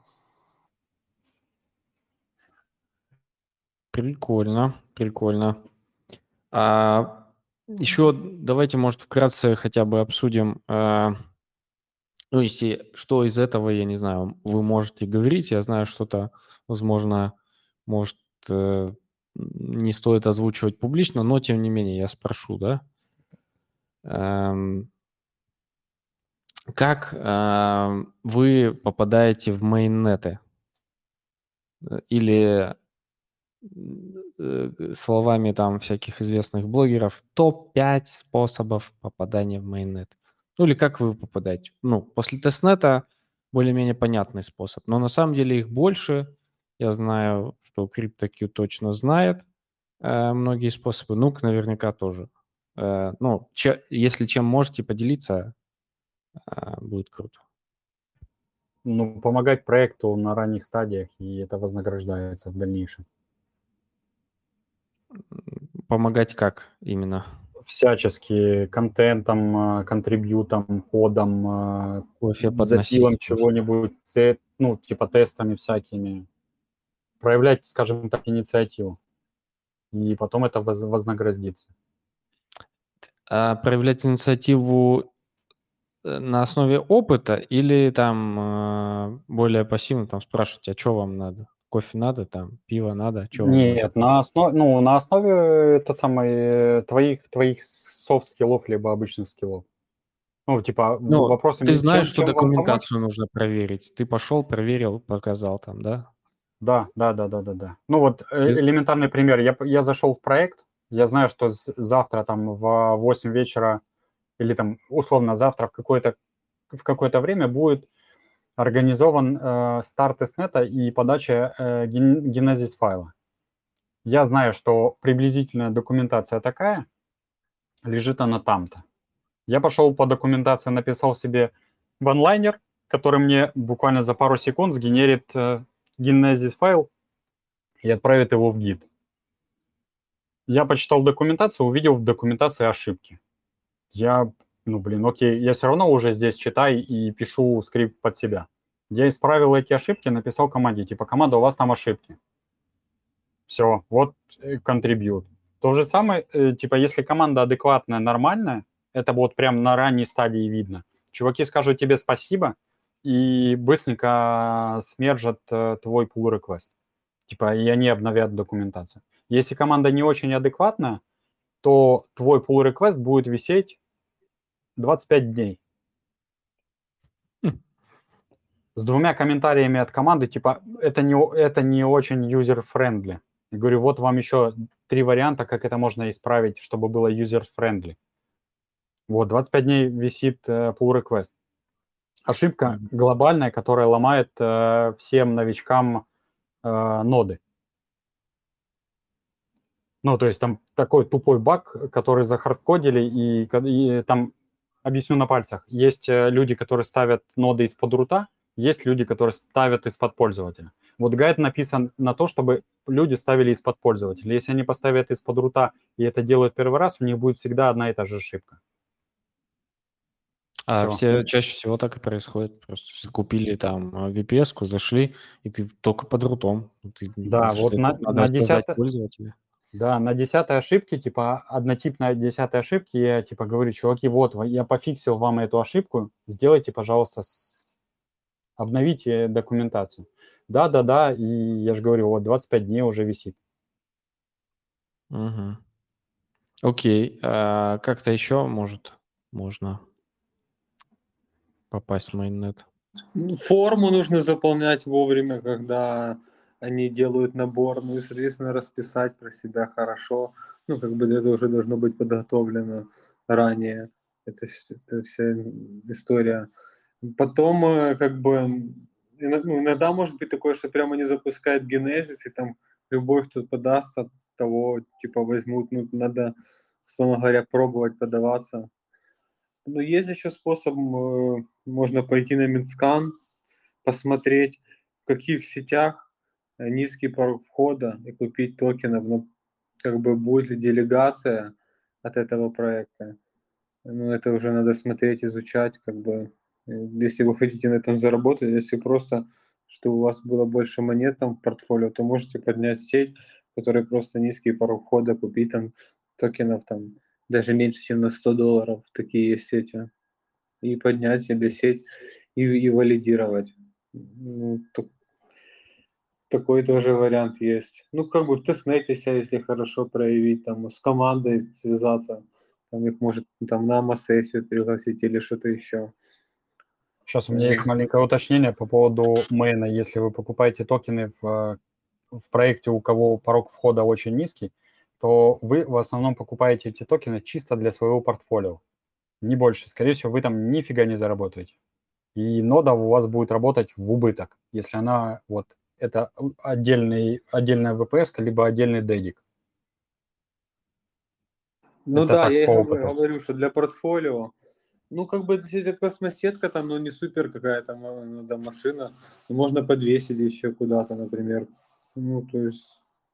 Прикольно, прикольно. А еще давайте, может, вкратце хотя бы обсудим, а, ну, если что из этого, я не знаю, вы можете говорить, я знаю, что-то, возможно, может, э, не стоит озвучивать публично, но тем не менее я спрошу, да? Эм, Как ам, вы попадаете в мейннеты? Э, Или э, словами там всяких известных блогеров, топ пять способов попадания в мейннет. Ну или как вы попадаете? Ну, после тестнета более-менее понятный способ, но на самом деле их больше. Я знаю, что CryptoQ точно знает э, многие способы, Нук наверняка тоже. Э, ну, че- если чем можете поделиться, э, будет круто. Ну, помогать проекту на ранних стадиях, и это вознаграждается в дальнейшем. Помогать как именно? Всячески контентом, э, контрибьютом, кодом, э, Кофе запилом подносить, может. чего-нибудь, те- ну, типа тестами всякими. Проявлять, скажем так, инициативу. И потом это воз- вознаградится. А проявлять инициативу э, на основе опыта или там э, более пассивно там спрашивать, а что вам надо? Кофе надо, там, пиво надо, что вам надо? Нет, на основе, ну, на основе это самой, э, твоих, твоих софт-скиллов либо обычных скиллов. Ну, типа в- Ну, ты вопросами, знаешь, чем, что чем вам помочь? документацию нужно проверить. Ты пошел, проверил, показал там, да? Да, да, да, да, да, да. Ну вот э, Ты- элементарный пример. Я, п- я зашел в проект, я знаю, что с- завтра там в восемь вечера или там условно завтра в какое-то в какое-то время будет организован э, старт тестнета и подача э, ген- генезис файла. Я знаю, что приблизительная документация такая, лежит она там-то. Я пошел по документации, написал себе ванлайнер, который мне буквально за пару секунд сгенерит э, генезис файл и отправит его в гид. Я почитал документацию, увидел в документации ошибки. Я, ну, блин, окей, я все равно уже здесь читаю и пишу скрипт под себя. Я исправил эти ошибки, написал команде, типа, команда, у вас там ошибки. Все, вот контрибьют. То же самое, э, типа, если команда адекватная, нормальная, это вот прям на ранней стадии видно. Чуваки скажут тебе спасибо и быстренько смержат э, твой pull request. Типа, и они обновят документацию. Если команда не очень адекватная, то твой pull request будет висеть двадцать пять дней. Хм. С двумя комментариями от команды, типа, это не, это не очень user-friendly. Я говорю, вот вам еще три варианта, как это можно исправить, чтобы было user-friendly. Вот, двадцать пять дней висит э, pull request. Ошибка Мгм. глобальная, которая ломает э, всем новичкам э, ноды. Ну, то есть там такой тупой баг, который захардкодили, и, и там, объясню на пальцах, есть люди, которые ставят ноды из-под рута, есть люди, которые ставят из-под пользователя. Вот гайд написан на то, чтобы люди ставили из-под пользователя. Если они поставят из-под рута и это делают первый раз, у них будет всегда одна и та же ошибка. А Всё. все чаще всего так и происходит. Просто все купили там ви пи эс-ку, зашли, и ты только под рутом. Ты, Да, что вот это на, надо на создать десятой, пользователя. да, на десятой ошибке, типа однотипной десятой ошибки, я типа говорю, чуваки, вот, я пофиксил вам эту ошибку, сделайте, пожалуйста, с... обновите документацию. Да-да-да, и я же говорю, вот двадцать пять дней уже висит. Угу. Окей, а как-то еще, может, можно попасть в майннет? Ну, форму нужно заполнять вовремя, когда они делают набор, ну и, соответственно, расписать про себя хорошо. Ну, как бы это уже должно быть подготовлено ранее. Это, вс- это вся история. Потом, э, как бы, ино- ну, иногда может быть такое, что прямо не запускает генезис, и там любой, кто подастся, того, типа, возьмут. Ну, надо, условно говоря, пробовать подаваться. Ну, есть еще способ, э, можно пойти на Минскан, посмотреть, в каких сетях э, низкий порог входа и купить токенов. Ну, как бы будет ли делегация от этого проекта. Ну, это уже надо смотреть, изучать, как бы, э, если вы хотите на этом заработать, если просто, что у вас было больше монет там в портфолио, то можете поднять сеть, в которой просто низкий порог входа, купить там токенов там даже меньше, чем на сто долларов, такие есть сети, и поднять себе сеть и, и валидировать. Ну, так- такой тоже вариант есть. Ну, как бы в тестнете себя, если хорошо проявить, там, с командой связаться, там их может там на АМА-сессию пригласить или что-то еще. Сейчас у меня есть маленькое уточнение по поводу мейна. Если вы покупаете токены в, в проекте, у кого порог входа очень низкий, то вы в основном покупаете эти токены чисто для своего портфолио. Не больше. Скорее всего, вы там нифига не заработаете. И нода у вас будет работать в убыток, если она вот это отдельный, отдельная ви пи эс, либо отдельный дедик. Ну Это да, так, я и по гов- опыту. говорю, что для портфолио, ну, как бы, если это космосетка, там, ну, не супер какая-то ну, да, машина, можно подвесить еще куда-то, например. Ну, то есть,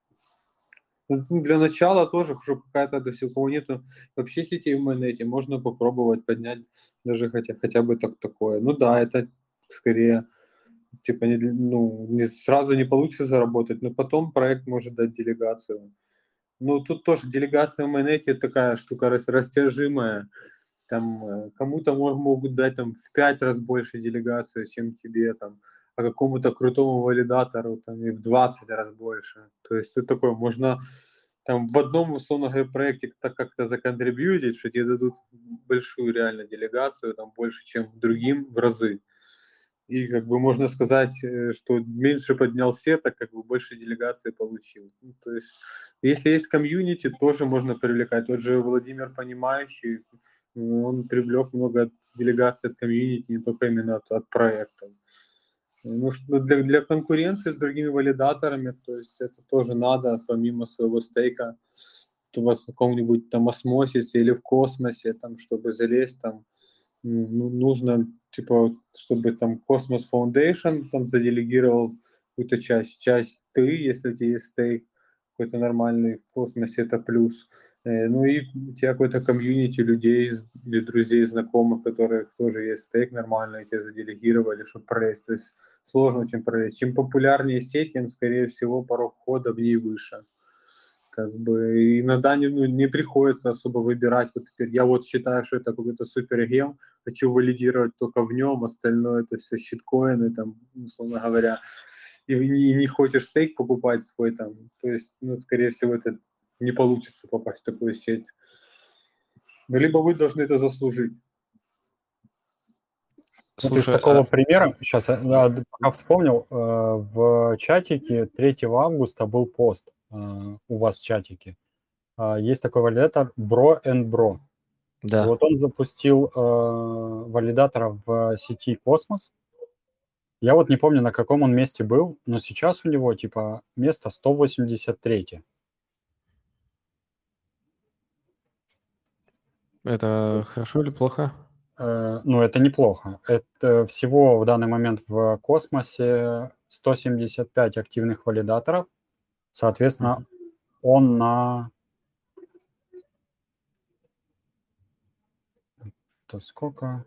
ну, для начала тоже, чтобы какая-то, то есть, у кого нету вообще сетей в майонете, можно попробовать поднять даже хотя, хотя бы так такое. Ну да, это скорее, типа, не, для- ну, не сразу не получится заработать, но потом проект может дать делегацию. Ну, тут тоже делегация в майонете такая штука рас- растяжимая. Там э, кому-то мо- могут дать там в пять раз больше делегацию, чем тебе, там, а какому-то крутому валидатору там и в двадцать раз больше. То есть это такое, можно там в одном, условно говоря, проекте так как-то законтрибьютить, что тебе дадут большую реально делегацию, там больше, чем другим в разы. И как бы можно сказать, э, что меньше поднял сеток, как бы больше делегации получил. Ну, то есть, если есть комьюнити, тоже можно привлекать. Тот же Владимир Понимающий, ну, он привлек много делегаций от комьюнити, не только именно от, от проектов. Ну, что для, для конкуренции с другими валидаторами, то есть это тоже надо, помимо своего стейка, у вас в каком-нибудь там осмосисе или в космосе, там, чтобы залезть, там, ну, нужно, типа, чтобы там Cosmos Foundation там заделегировал какую-то часть, часть ты, если у тебя есть стейк какой-то нормальный в космосе, это плюс. Э, Ну и у тебя какой-то комьюнити людей из- или друзей, знакомых, которых тоже есть стейк нормальный, тебя заделегировали, чтобы пролезть. То есть сложно очень пролезть. Чем популярнее сеть, тем, скорее всего, порог входа в ней выше. Как бы иногда не, ну, не приходится особо выбирать. Вот теперь я вот считаю, что это какой-то супергем, хочу валидировать только в нем, остальное это все щиткоины, там, условно говоря, и не, не хочешь стейк покупать свой там, то есть, ну, скорее всего, это не получится попасть в такую сеть. Ну, либо вы должны это заслужить. Вот из Слушай, такого а примера, сейчас я пока вспомнил, э, в чатике третьего августа был пост э, у вас в чатике. А, Есть такой валидатор Bro and Bro. И да. вот он запустил э, валидатора в сети Космос, Я вот не помню, на каком он месте был, но сейчас у него типа место сто восемьдесят три. Это хорошо или плохо? Э, Ну, это неплохо. Это всего в данный момент в космосе сто семьдесят пять активных валидаторов. Соответственно, Мгм. он на... То сколько?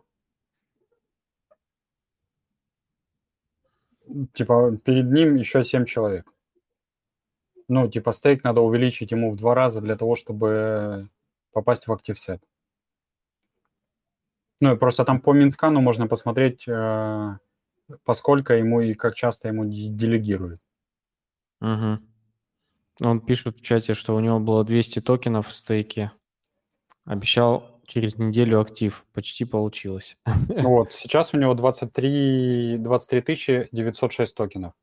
Типа перед ним еще семь человек. Ну, типа стейк надо увеличить ему в два раза для того, чтобы попасть в актив-сет. Ну, и просто там по Минскану можно посмотреть, э, поскольку ему и как часто ему де- делегируют. Мгм. Он пишет в чате, что у него было двести токенов в стейке. Обещал через неделю актив. Почти получилось. Ну вот, сейчас у него двадцать три, двадцать три тысячи девятьсот шесть токенов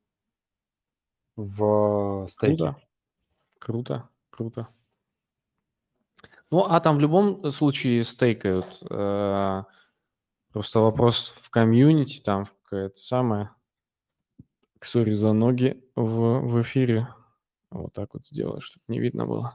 в стейке. Круто, круто, круто. Ну, а там в любом случае стейкают. Э, Просто вопрос в комьюнити, там какая-то самая... Сори за ноги в, в эфире. Вот так вот сделаю, чтобы не видно было.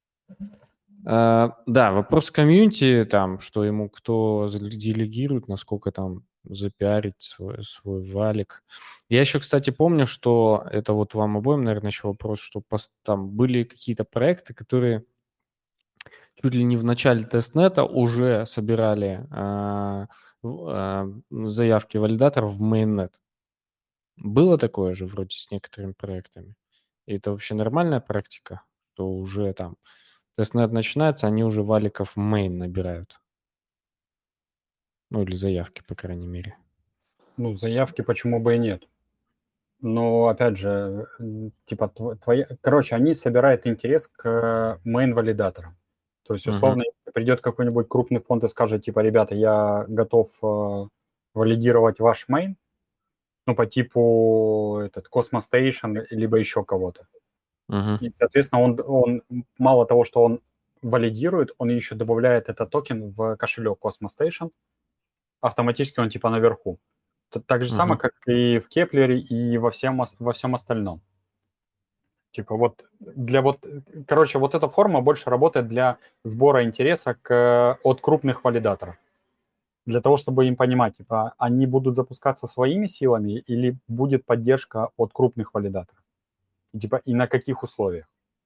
А, да, вопрос в комьюнити, там, что ему кто делегирует, насколько там запиарить свой, свой валик. Я еще, кстати, помню, что это вот вам обоим, наверное, еще вопрос, что пос- там были какие-то проекты, которые чуть ли не в начале тестнета уже собирали а, в- а, заявки валидаторов в мейннет. Было такое же вроде с некоторыми проектами. И это вообще нормальная практика, что уже там тестнет начинается, они уже валиков в мейн набирают. Ну, или заявки, по крайней мере. Ну, заявки почему бы и нет. Но, опять же, м, типа, тв- твоя... Короче, они собирают интерес к мейн-валидаторам. То есть, Мгм. условно, если придет какой-нибудь крупный фонд и скажет, типа, ребята, я готов э, валидировать ваш мейн, ну, по типу этот Cosmos Station, либо еще кого-то. Мгм. И, соответственно, он, он мало того, что он валидирует, он еще добавляет этот токен в кошелек Cosmos Station, автоматически он типа наверху. Т- Так же Мгм. самое, как и в Кеплере, и во всем, ос- во всем остальном. Типа вот для вот, короче, вот эта форма больше работает для сбора интереса к, от крупных валидаторов. Для того, чтобы им понимать, типа, они будут запускаться своими силами или будет поддержка от крупных валидаторов. И, типа, и на каких условиях.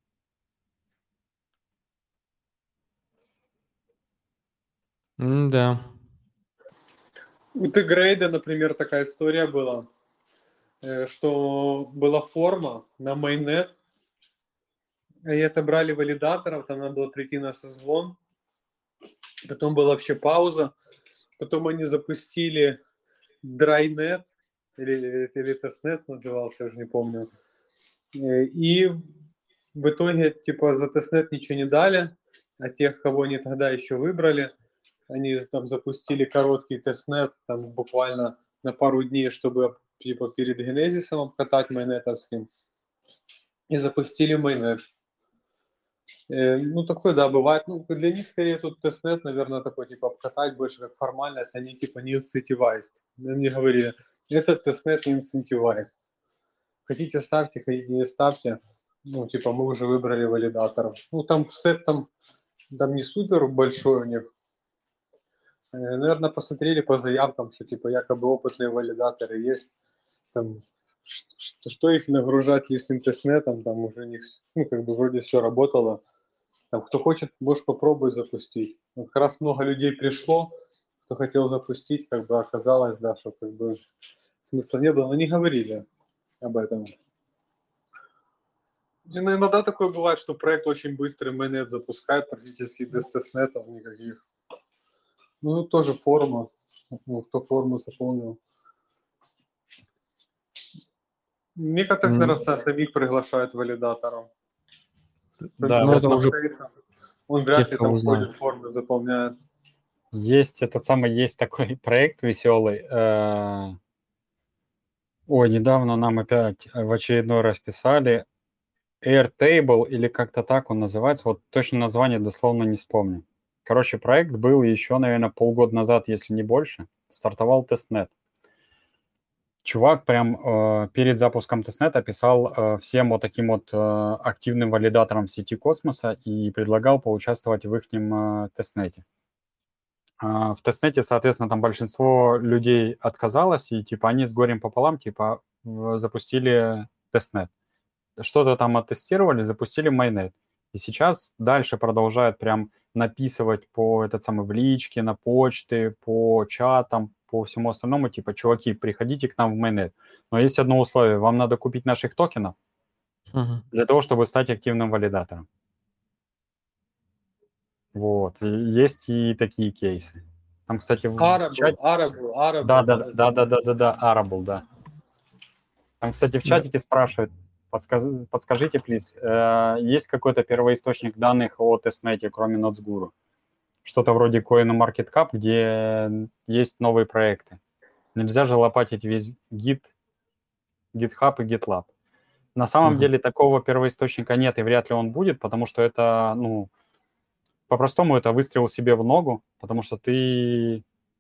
Да. У Тегрейда, например, такая история была, э, что была форма на майнет, и отобрали валидаторов, там надо было прийти на созвон, потом была вообще пауза, потом они запустили Drynet, или, или тестнет назывался, уже не помню, Э, и в итоге, типа, за тестнет ничего не дали, а тех, кого они тогда еще выбрали, они там запустили короткий тестнет, там буквально на пару дней, чтобы типа перед генезисом обкатать майнетовским, и запустили майнет. Э, ну, такое, да, бывает. Ну, для них скорее тут тестнет, наверное, такой, типа, обкатать больше как формальность, они типа не incentivized. Мне говорили, этот тестнет не incentivized. Хотите ставьте, хотите не ставьте. Ну, типа, мы уже выбрали валидаторов. Ну, там сет там, там не супер большой у них. Э, наверное, посмотрели по заявкам, что типа якобы опытные валидаторы есть. Там, что, что их нагружать лишним тестнетом, там уже у них, ну, как бы вроде все работало. Там, кто хочет, можешь попробовать запустить. Вот как раз много людей пришло, кто хотел запустить, как бы оказалось, да, что как бы смысла не было, но не говорили об этом. И иногда такое бывает, что проект очень быстрый, майонет запускает практически без тестнетов никаких. Ну, тоже форма. Ну, кто форму заполнил. Некоторых, М, наверное, самих приглашают валидаторов. Да, Ну, вот это уже Cosmos он вряд тех, ли там кого ходит, знают. формы заполняет. есть этот самый, есть такой проект веселый. э, Ой, недавно нам опять в очередной раз писали. Airtable или как-то так он называется. Вот точно название дословно не вспомню. Короче, проект был еще, наверное, полгода назад, если не больше. Стартовал тестнет. чувак прям э, перед запуском тестнета писал э, всем вот таким вот э, активным валидаторам сети космоса и предлагал поучаствовать в их э, тестнете. А, в тестнете, соответственно, там большинство людей отказалось, и типа они с горем пополам типа в- запустили тестнет. Что-то там оттестировали, запустили майнет. И сейчас дальше продолжают прям написывать по этот самый в личке, на почты, по чатам, по всему остальному, типа, чуваки, приходите к нам в майнет. Но есть одно условие, вам надо купить наших токенов Мгм. для того, чтобы стать активным валидатором. Вот, и есть и такие кейсы. Там, кстати, в Arable, чате... Arable, Arable. Да, да, это- да, да, да, да, да, Arable, да. Там, кстати, в Да. чатике спрашивают, подсказ- подскажите, плиз, э, есть какой-то первоисточник данных о тестнете, кроме NotesGuru? Что-то вроде CoinMarketCap, где есть новые проекты. Нельзя же лопатить весь Git, GitHub и GitLab. На самом Мгм. деле такого первоисточника нет, и вряд ли он будет, потому что это, ну, по-простому это выстрел себе в ногу, потому что ты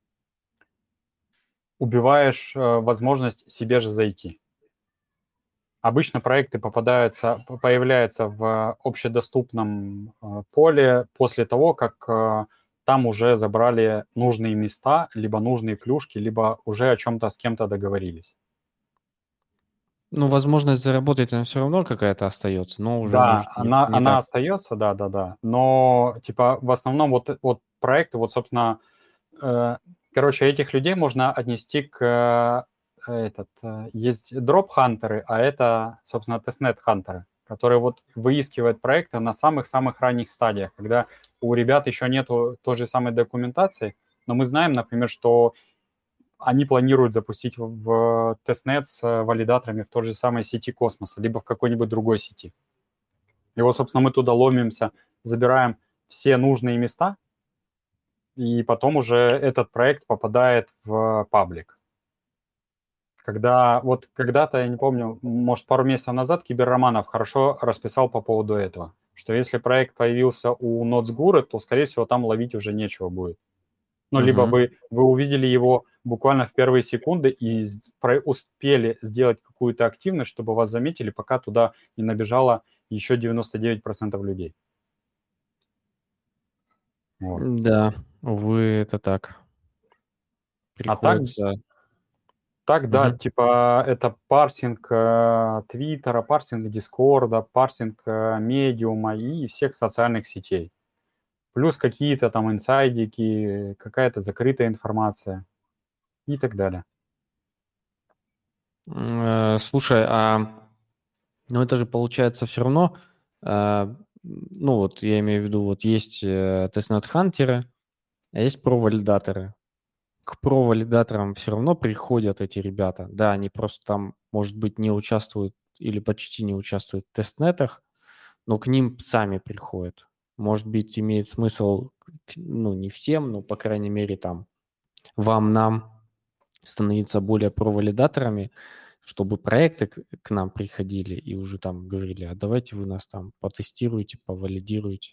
убиваешь э, возможность себе же зайти. Обычно проекты попадаются, п- появляются в общедоступном э, поле после того, как э, там уже забрали нужные места, либо нужные плюшки, либо уже о чем-то с кем-то договорились. Ну, возможность заработать она все равно какая-то остается, но уже, Да, может, не, она, не она так. остается, да, да, да. Но типа в основном вот, вот проекты, вот, собственно, э, короче, этих людей можно отнести к э, этот, э, есть дроп-хантеры, а это, собственно, тестнет-хантеры, которые вот выискивают проекты на самых-самых ранних стадиях, когда у ребят еще нету той же самой документации, но мы знаем, например, что они планируют запустить в, в тестнет с э, валидаторами в той же самой сети космоса, либо в какой-нибудь другой сети. И вот, собственно, мы туда ломимся, забираем все нужные места, и потом уже этот проект попадает в паблик. Когда вот когда-то, я не помню, может, пару месяцев назад Киберроманов хорошо расписал по поводу этого, что если проект появился у NotesGuru, то, скорее всего, там ловить уже нечего будет. Ну, либо Мгм. вы, вы увидели его буквально в первые секунды и с- про- успели сделать какую-то активность, чтобы вас заметили, пока туда не набежало еще девяносто девять процентов людей. Вот. Да, увы, это так. А так, Приходится. так, да, Мгм. типа это парсинг э, Твиттера, парсинг Дискорда, парсинг э, Медиума и всех социальных сетей. Плюс какие-то там инсайдики, какая-то закрытая информация и так далее. М, э, Слушай, а ну это же получается все равно, а, ну вот я имею в виду, вот есть э, тестнет-хантеры, а есть про-валидаторы. К про-валидаторам все равно приходят эти ребята. Да, они просто там, может быть, не участвуют или почти не участвуют в тестнетах, но к ним сами приходят. Может быть, имеет смысл, ну, не всем, но, по крайней мере, там, вам, нам становиться более провалидаторами, чтобы проекты к, к нам приходили и уже там говорили, а давайте вы нас там потестируете, повалидируете.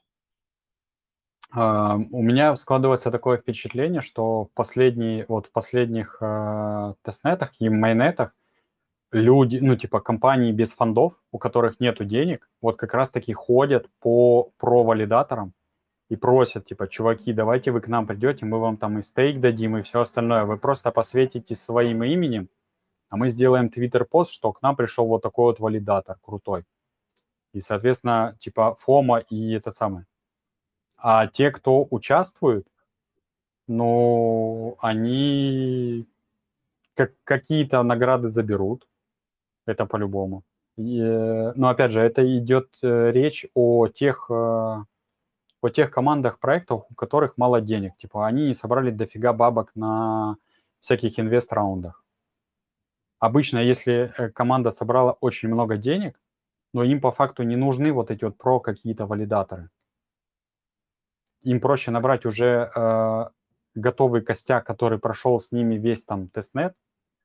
А, У меня складывается такое впечатление, что в последние, вот в последних э, тестнетах и майнетах люди, ну, типа компании без фондов, у которых нету денег, вот как раз-таки ходят по про-валидаторам и просят, типа, чуваки, давайте вы к нам придете, мы вам там и стейк дадим, и все остальное. Вы просто посветите своим именем, а мы сделаем твиттер-пост, что к нам пришел вот такой вот валидатор крутой. И, соответственно, типа, фома и это самое. А те, кто участвует, ну, они как, какие-то награды заберут, это по-любому. И, э, но опять же, это идет э, речь о тех, э, о тех командах проектов, у которых мало денег. Типа они не собрали дофига бабок на всяких инвест-раундах. Обычно, если э, команда собрала очень много денег, но им по факту не нужны вот эти вот про какие-то валидаторы. Им проще набрать уже э, готовый костяк, который прошел с ними весь там тестнет,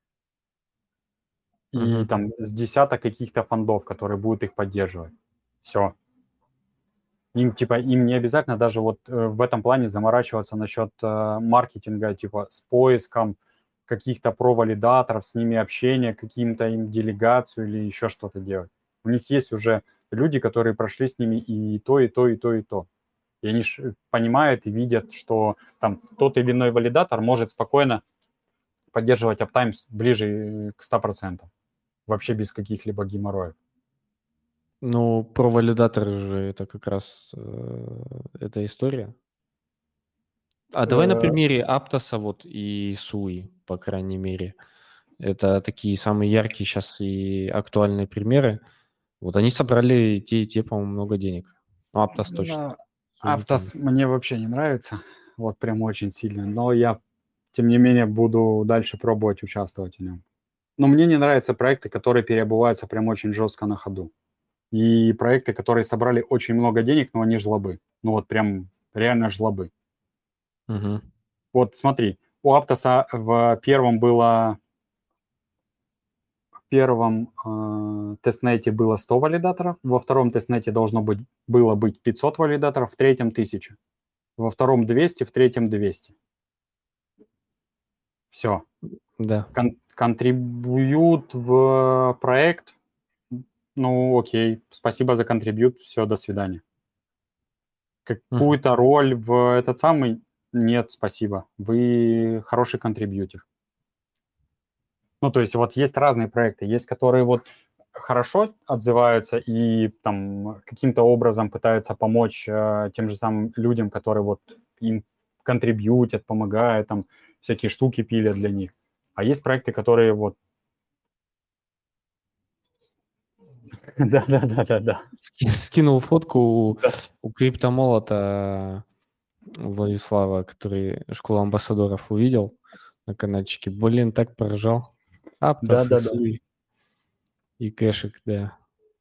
и Мгм. там с десяток каких-то фондов, которые будут их поддерживать. Все. Им, типа, им не обязательно даже вот э, в этом плане заморачиваться насчет э, маркетинга, типа, с поиском, каких-то про-валидаторов, с ними общение, каким-то им делегацию или еще что-то делать. У них есть уже люди, которые прошли с ними и то, и то, и то, и то. И они ж понимают и видят, что там тот или иной валидатор может спокойно поддерживать аптайм ближе к ста процентам. Вообще без каких-либо геморроев. Ну, про валидаторы же это как раз э, эта история. А давай на Э, примере Аптоса вот и Суи, по крайней мере. Это такие самые яркие сейчас и актуальные примеры. Вот они собрали те и те, по-моему, много денег. Ну, Аптос точно. но Суи не помню. Aptos мне вообще не нравится, вот прям очень сильно, но я, тем не менее, буду дальше пробовать участвовать в нем. Но мне не нравятся проекты, которые переобуваются прям очень жестко на ходу. И проекты, которые собрали очень много денег, но они жлобы. Ну вот прям реально жлобы. Мгм. Вот смотри, у Аптоса в первом было в первом э, тестнете было сто валидаторов, во втором тестнете должно быть, было быть пятьсот валидаторов, в третьем тысяча, во втором двести, в третьем двести. Все. Да. Кон- контрибьют в проект. Ну, окей, спасибо за контрибьют, все, до свидания. Мгм. Какую-то роль в этот самый? Нет, спасибо. Вы хороший контрибьютер. Ну, то есть вот есть разные проекты. Есть, которые вот хорошо отзываются и там каким-то образом пытаются помочь э, тем же самым людям, которые вот им контрибьютят, помогают, там всякие штуки пилят для них. А есть проекты, которые вот... Да-да-да-да-да. Ски- Скинул фотку у, Да. у криптомолота Владислава, который школу амбассадоров увидел на каналчике. Блин, так поражал. Аптос и Да-да-да. Суи и кэшек, да.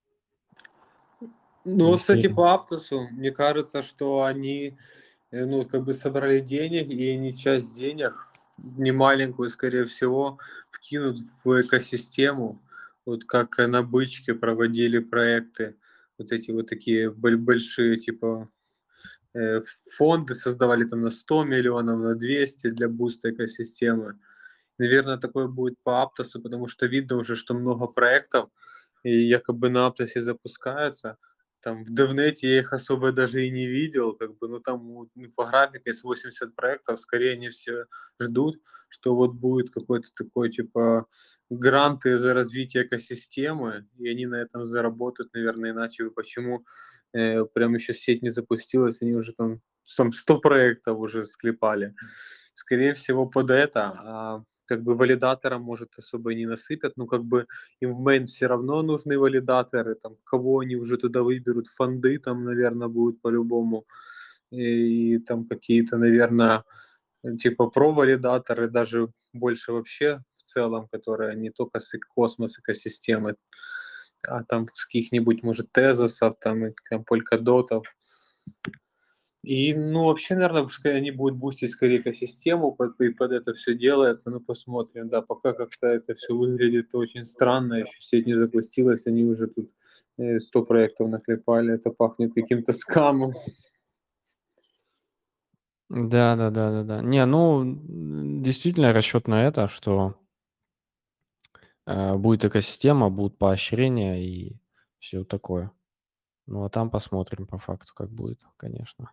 Ну, вот, кстати, Веселье. по Аптосу, мне кажется, что они, э, ну, как бы собрали денег, и они часть денег, немаленькую, скорее всего, вкинут в экосистему, вот как на бычке проводили проекты, вот эти вот такие боль- большие, типа, э, фонды создавали там на сто миллионов, на двести для буста экосистемы. Наверное, такое будет по Аптосу, потому что видно уже, что много проектов, и якобы на Аптосе запускаются. Там в Девнете я их особо даже и не видел, как бы, ну там вот инфографика из восемьдесят проектов, скорее они все ждут, что вот будет какой-то такой типа гранты за развитие экосистемы, и они на этом заработают, наверное, иначе бы почему э, прям еще сеть не запустилась, они уже там, там сто проектов уже склепали. Скорее всего, под это, а как бы валидаторам, может, особо и не насыпят, но как бы им в мейн все равно нужны валидаторы, там, кого они уже туда выберут, фонды там, наверное, будут по-любому, и, и там какие-то, наверное, типа про-валидаторы, даже больше вообще в целом, которые не только с космос экосистемы, а там с каких-нибудь, может, тезосов, там, и там, полькадотов. И, ну, вообще, наверное, пускай они будут бустить скорее экосистему, под, и под это все делается, ну, посмотрим, да, пока как-то это все выглядит очень странно, еще сеть не запустилась, они уже тут э, сто проектов наклепали, это пахнет каким-то скамом. Да, да, да, да, да. Не, ну, м, действительно расчет на это, что э, будет экосистема, будут поощрения и все такое. Ну, а там посмотрим по факту, как будет, конечно.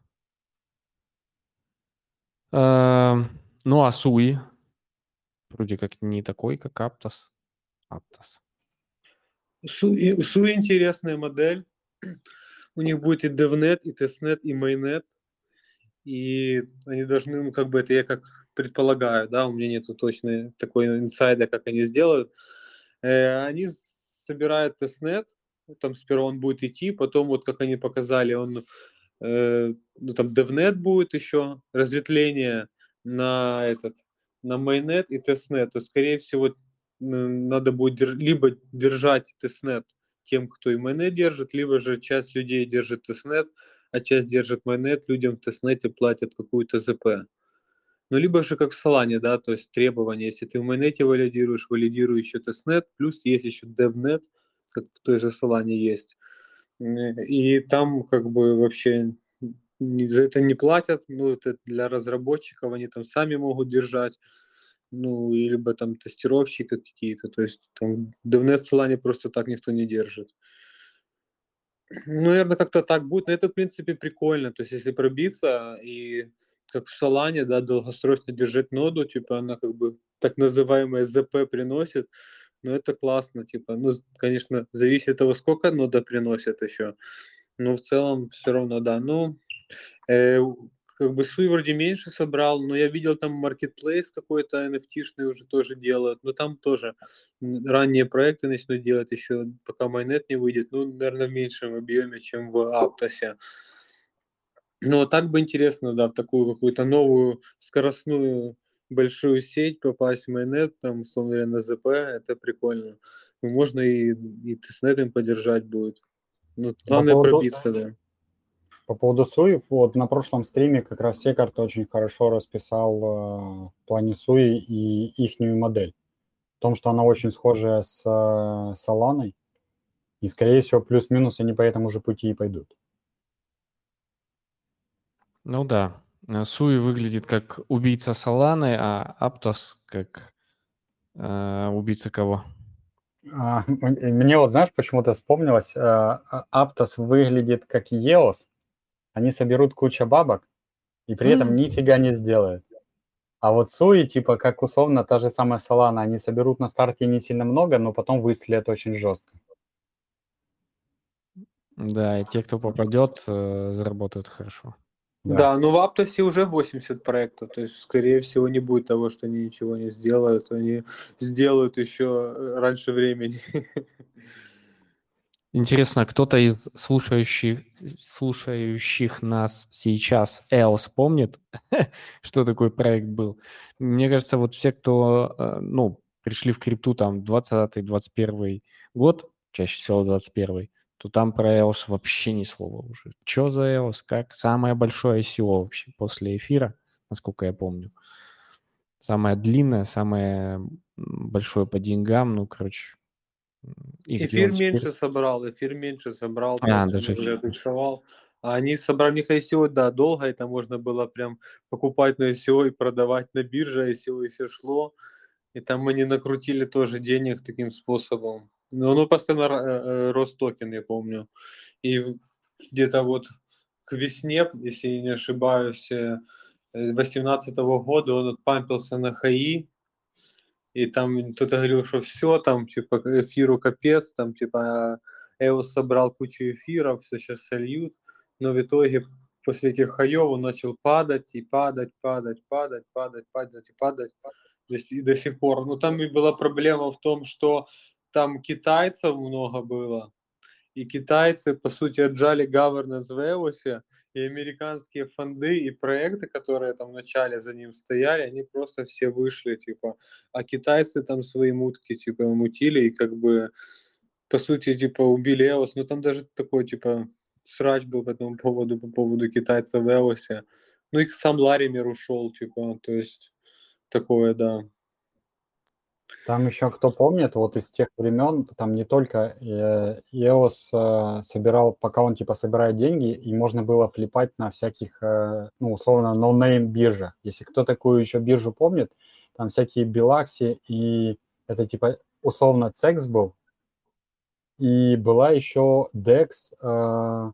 Эм, Ну, а Суи вроде как не такой, как Аптос. Аптос. Су, и- Су интересная модель, у них будет и DevNet, и TestNet, и Mainnet, и они должны, ну, как бы это я как предполагаю, да, у меня нету точной такой инсайда, как они сделают. Э, они собирают тестнет, там сперва он будет идти, потом вот как они показали, он, э, ну там DevNet будет еще, разветвление на этот, на mainnet и testnet, то скорее всего н- надо будет дер- либо держать testnet тем, кто и mainnet держит, либо же часть людей держит testnet, а часть держит mainnet, людям в тестнете платят какую-то зэ пэ. Ну, либо же как в Solana, да, то есть требования, если ты в майонете валидируешь, валидируй еще тестнет, плюс есть еще DevNet, как в той же Solana есть. И там как бы вообще за это не платят, ну, это для разработчиков, они там сами могут держать. ну, и либо там тестировщики какие-то, то есть там DevNet в Solana просто так никто не держит. Ну, наверное, как-то так будет, но это, в принципе, прикольно. То есть если пробиться и как в Solana, да, долгосрочно держать ноду, типа она как бы так называемое зэ пэ приносит, ну, это классно, типа, ну, з- конечно, зависит от того, сколько нода приносит еще, но в целом все равно, да. Ну, э, у- как бы Суи вроде меньше собрал, но я видел там Marketplace какой-то эн эф ти-шный уже тоже делают, но там тоже м, ранние проекты начнут делать еще, пока майонет не выйдет, ну, наверное, в меньшем объеме, чем в Аптосе. Но так бы интересно, да, в такую какую-то новую скоростную большую сеть попасть в майонет, там, условно говоря, на зэ пэ, это прикольно. Ну, можно и, и тестнетом подержать будет. Ну, По главное поводу, пробиться, да. по поводу суи, вот на прошлом стриме как раз Секард очень хорошо расписал э, в плане суи и ихнюю модель. В том, что она очень схожая с э, Соланой, и, скорее всего, плюс-минус они по этому же пути и пойдут. Ну да. Э, Суи выглядит как убийца Соланы, а Аптос как э, убийца кого? А, м- мне вот, знаешь, почему-то вспомнилось, э, а- Aptos выглядит как и о эс, они соберут кучу бабок и при этом М. нифига не сделают. А вот Суи, типа, как условно та же самая Solana, они соберут на старте не сильно много, но потом выстрелят очень жестко. Да, и те, кто попадет, э, заработают хорошо. Да. Да, ну в Аптосе уже восемьдесят проектов, то есть, скорее всего, не будет того, что они ничего не сделают, они сделают еще э, раньше времени. Интересно, кто-то из слушающих, слушающих нас сейчас и о эс помнит, что такой проект был? Мне кажется, вот все, кто, э, ну, пришли в крипту там двадцатый двадцать первый год, чаще всего двадцать первый, то там про и о эс вообще ни слова уже. Что за и о эс? Как самое большое ай си о вообще после эфира, насколько я помню. Самое длинное, самое м, большое по деньгам, ну, короче, м, и где Эфир он теперь? меньше собрал, эфир меньше собрал, то А, есть он даже уже эфир. отмиксовал. А они собрали, у них ай си о, да, долго, это можно было прям покупать на ай си о и продавать на бирже, ай си о и все шло. И там они накрутили тоже денег таким способом. Но ну, постоянно ра- э, э, рос токен, я помню. И в- где-то вот к весне, если я не ошибаюсь, э, восемнадцатого года он отпампился на хаи, и там кто-то говорил, что все, там, типа, к эфиру капец, там, типа, и о эс собрал кучу эфиров, все сейчас сольют, но в итоге после этих хаев он начал падать и падать, падать, падать, падать, падать и падать до, си- до сих пор. Но там и была проблема в том, что там китайцев много было, и китайцы, по сути, отжали governance в и о эс, и американские фонды и проекты, которые там вначале за ним стояли, они просто все вышли, типа, а китайцы там свои мутки, типа, мутили, и как бы, по сути, типа, убили и о эс. Ну, там даже такой, типа, срач был по этому поводу, по поводу китайцев в и о эс. Ну, их сам Лаример ушел, типа, то есть, такое, да. Там еще, кто помнит, вот из тех времен, там не только э, и о эс э, собирал, пока он типа собирает деньги, и можно было флипать на всяких, э, ну, условно, ноунейм биржах. Если кто такую еще биржу помнит, там всякие Билакси, и это типа условно цекс был, и была еще декс э,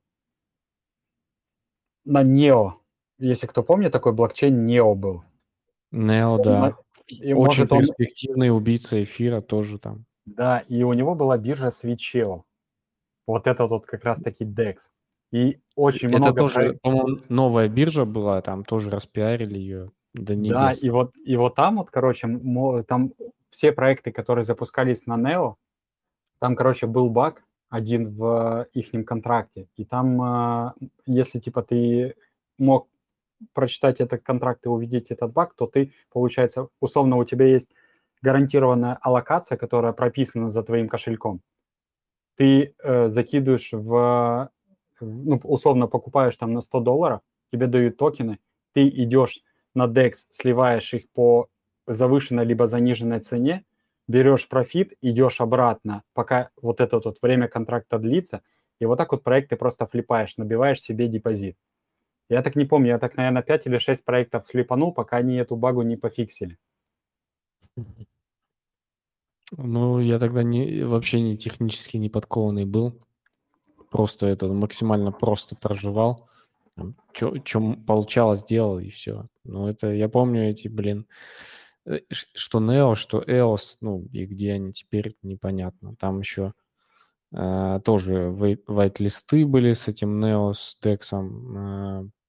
на нео. Если кто помнит, такой блокчейн нео был. Нео, И, мо- да. и Очень может он, перспективный убийца эфира тоже там. да, и у него была биржа Switcheo. Вот это вот как раз-таки декс. И очень Это много тоже, проектов. по-моему, новая биржа была, там тоже распиарили ее до Да, небес. и вот, и вот там вот, короче, мо- там все проекты, которые запускались на нео, там, короче, был баг один в ихнем контракте. И там, а, если, типа, ты мог прочитать этот контракт и увидеть этот баг, то ты, получается, условно, у тебя есть гарантированная аллокация, которая прописана за твоим кошельком. Ты э, закидываешь в, ну, условно покупаешь там на сто долларов, тебе дают токены, ты идешь на декс, сливаешь их по завышенной либо заниженной цене, берешь профит, идешь обратно, пока вот это вот время контракта длится, и вот так вот проект ты просто флипаешь, набиваешь себе депозит. Я так не помню, я так, наверное, пять или шесть проектов флипанул, пока они эту багу не пофиксили. Ну, я тогда не, вообще не технически не подкованный был. Просто это максимально просто проживал. Что получалось, делал, и все. Ну, это я помню эти, блин, э, ш- что Нео, что Эос, ну, и где они теперь, непонятно. Там еще э, тоже вайт- вайт-листы были с этим Нео, с Дексом. э,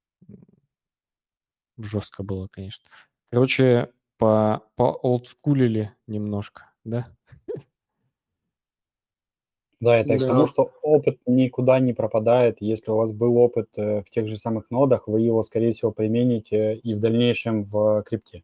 Жестко было, конечно. Короче, по, по олдскулили немножко, да? Да, это я к тому, Да. что опыт никуда не пропадает. Если у вас был опыт э, в тех же самых нодах, вы его, скорее всего, примените и в дальнейшем в крипте.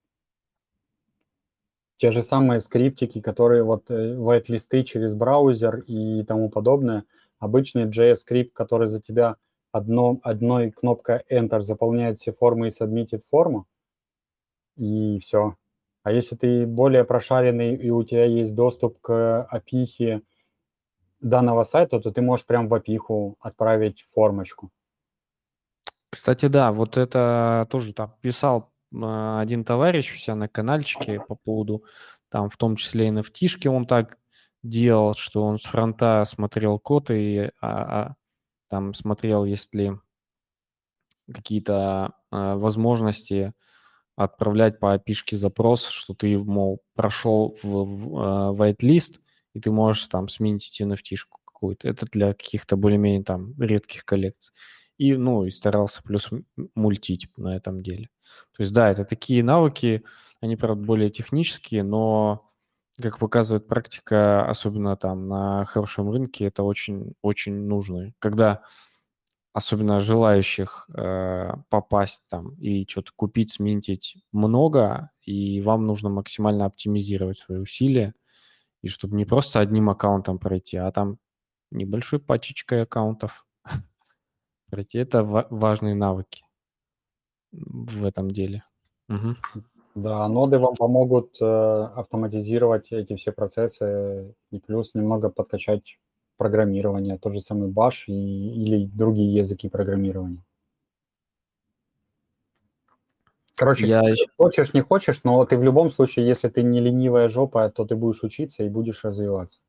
Те же самые скриптики, которые вот э, white-листы через браузер и тому подобное. Обычный джей эс-скрипт, который за тебя одно, одной кнопкой Enter заполняет все формы и сабмитит форму, и все. А если ты более прошаренный и у тебя есть доступ к опихе данного сайта, то ты можешь прям в опиху отправить формочку. Кстати, да, вот это тоже там писал а, один товарищ у себя на каналчике по поводу, там в том числе эн эф ти-шки он так делал, что он с фронта смотрел код и а, а, там смотрел, есть ли какие-то а, возможности отправлять по эй пи ай-шке запрос, что ты, мол, прошел в, в а, whitelist, и ты можешь там сменить эн эф ти-шку какую-то. Это для каких-то более-менее там редких коллекций. И, ну, и старался плюс м- мультить на этом деле. То есть, да, это такие навыки, они, правда, более технические, но, как показывает практика, особенно там на хорошем рынке, это очень, очень нужно. Когда особенно желающих э, попасть там и что-то купить, сминтить много, и вам нужно максимально оптимизировать свои усилия, и чтобы не просто одним аккаунтом пройти, а там небольшой пачечкой аккаунтов пройти. Это ва- важные навыки в этом деле. Мгм. Да, ноды вам помогут э, автоматизировать эти все процессы и плюс немного подкачать программирование, тот же самый Bash и, или другие языки программирования. Короче, Я еще... хочешь, не хочешь, но ты в любом случае, если ты не ленивая жопа, то ты будешь учиться и будешь развиваться.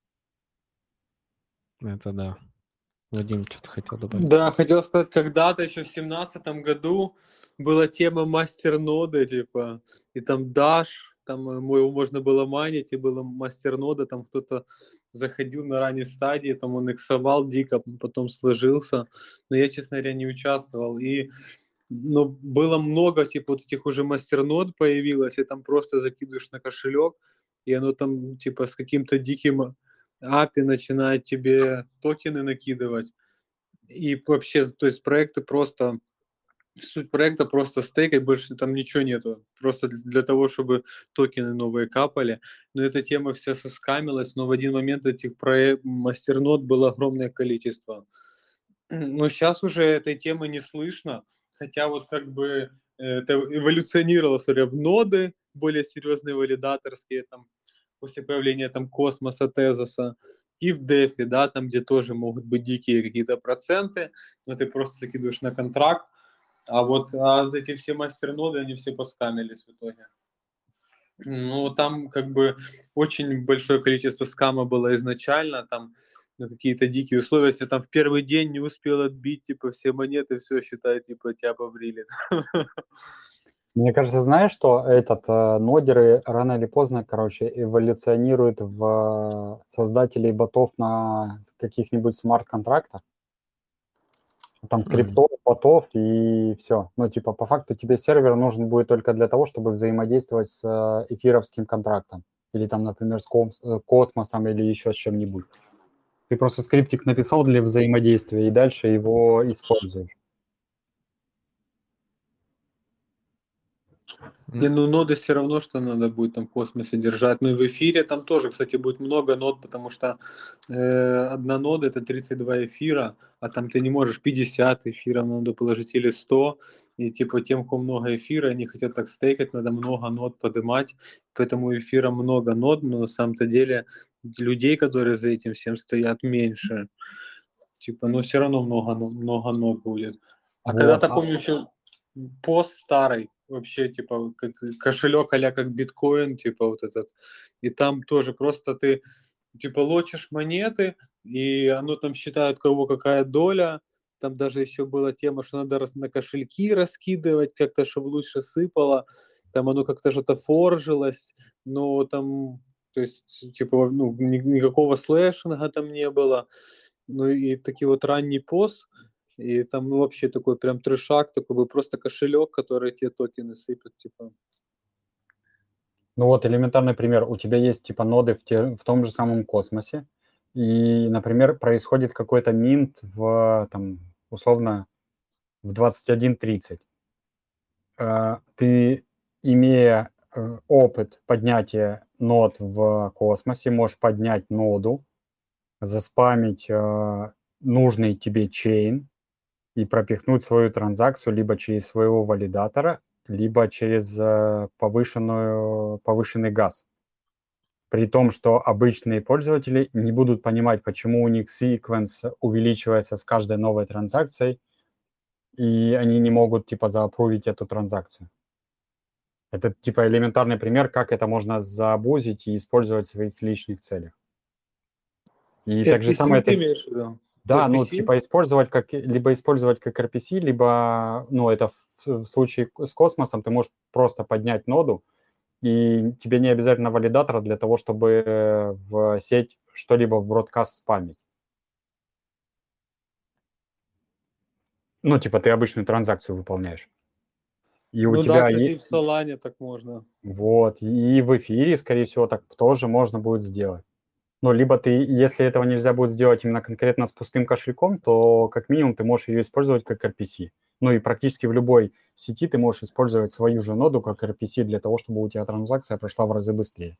Это да. Вадим что-то хотел добавить. Да, хотел сказать, когда-то еще в семнадцатом году была тема мастер-ноды, типа, и там Dash, там э, мо- его можно было майнить, и была мастер-нода, там кто-то заходил на ранней стадии, там он иксовал дико, потом сложился, но я, честно говоря, не участвовал, и но было много, типа, вот этих уже мастер-нод появилось, и там просто закидываешь на кошелек, и оно там, типа, с каким-то диким эй пи ай начинает тебе токены накидывать. И вообще, то есть проекты просто, суть проекта просто стейкать, больше там ничего нету. Просто для того, чтобы токены новые капали. Но эта тема вся соскамилась, но в один момент этих проект, мастернод было огромное количество. Но сейчас уже этой темы не слышно, хотя вот как бы это эволюционировало, смотря, в ноды, более серьезные валидаторские, там, после появления там космоса, тезоса, и в дефи, да, там, где тоже могут быть дикие какие-то проценты, но ты просто закидываешь на контракт, а вот а вот эти все мастер-ноды, они все поскамились в итоге. Ну, там как бы очень большое количество скама было изначально, там на какие-то дикие условия. Если там в первый день не успел отбить, типа, все монеты, все, считай, типа, тебя побрили. Мне кажется, знаешь, что этот э, нодеры рано или поздно, короче, эволюционируют в создателей ботов на каких-нибудь смарт-контрактах. Там Мгм. криптов, ботов и все. Ну, типа, по факту тебе сервер нужен будет только для того, чтобы взаимодействовать с э, эфировским контрактом. Или там, например, с кос- э, космосом или еще с чем-нибудь. Ты просто скриптик написал для взаимодействия и дальше его используешь. Не, ну ноды все равно, что надо будет там в космосе держать. Ну и в эфире там тоже, кстати, будет много нод, потому что э, одна нода это тридцать два эфира, а там ты не можешь пятьдесят эфиров надо положить или сто. И типа тем, у кого много эфира, они хотят так стейкать, надо много нод поднимать. Поэтому эфира много нод, но на самом-то деле людей, которые за этим всем стоят, меньше. Типа, но все равно много, но- много нод будет. А Вот. когда-то, А, помню, еще пост старый, вообще, типа, как кошелек а-ля как биткоин, типа, вот этот. И там тоже просто ты, типа, лочишь монеты, и оно там считает, у кого какая доля. Там даже еще была тема, что надо раз- на кошельки раскидывать как-то, чтобы лучше сыпало. Там оно как-то что-то форжилось, но там, то есть, типа, ну, ни- никакого слэшинга там не было. Ну и такие вот ранний пост, и там, ну, вообще такой прям трешак, такой был просто кошелек, который тебе токены сыпет, типа. Ну вот элементарный пример. У тебя есть типа ноды в, те, в том же самом космосе, и, например, происходит какой-то минт в, там, условно, в двадцать один тридцать. Э, Ты, имея э, опыт поднятия нод в космосе, можешь поднять ноду, заспамить э, нужный тебе чейн и пропихнуть свою транзакцию либо через своего валидатора, либо через э, повышенную, повышенный газ. При том, что обычные пользователи не будут понимать, почему у них секвенс увеличивается с каждой новой транзакцией, и они не могут типа заапрувить эту транзакцию. Это типа элементарный пример, как это можно заабузить и использовать в своих личных целях. И так же эр пи си самое ты это, имеешь в виду? да, ну эр пи си? типа использовать как, либо использовать как эр пи си, либо, ну это в, в случае с космосом ты можешь просто поднять ноду, и тебе не обязательно валидатора для того, чтобы в сеть что-либо в бродкаст спамить. Ну, типа ты обычную транзакцию выполняешь. И у Ну да, тебя кстати, и е- в Солане так можно. вот, и в эфире, скорее всего, так тоже можно будет сделать. Ну, либо ты, если этого нельзя будет сделать именно конкретно с пустым кошельком, то как минимум ты можешь ее использовать как эр пи си. Ну и практически в любой сети ты можешь использовать свою же ноду как эр пи си для того, чтобы у тебя транзакция прошла в разы быстрее.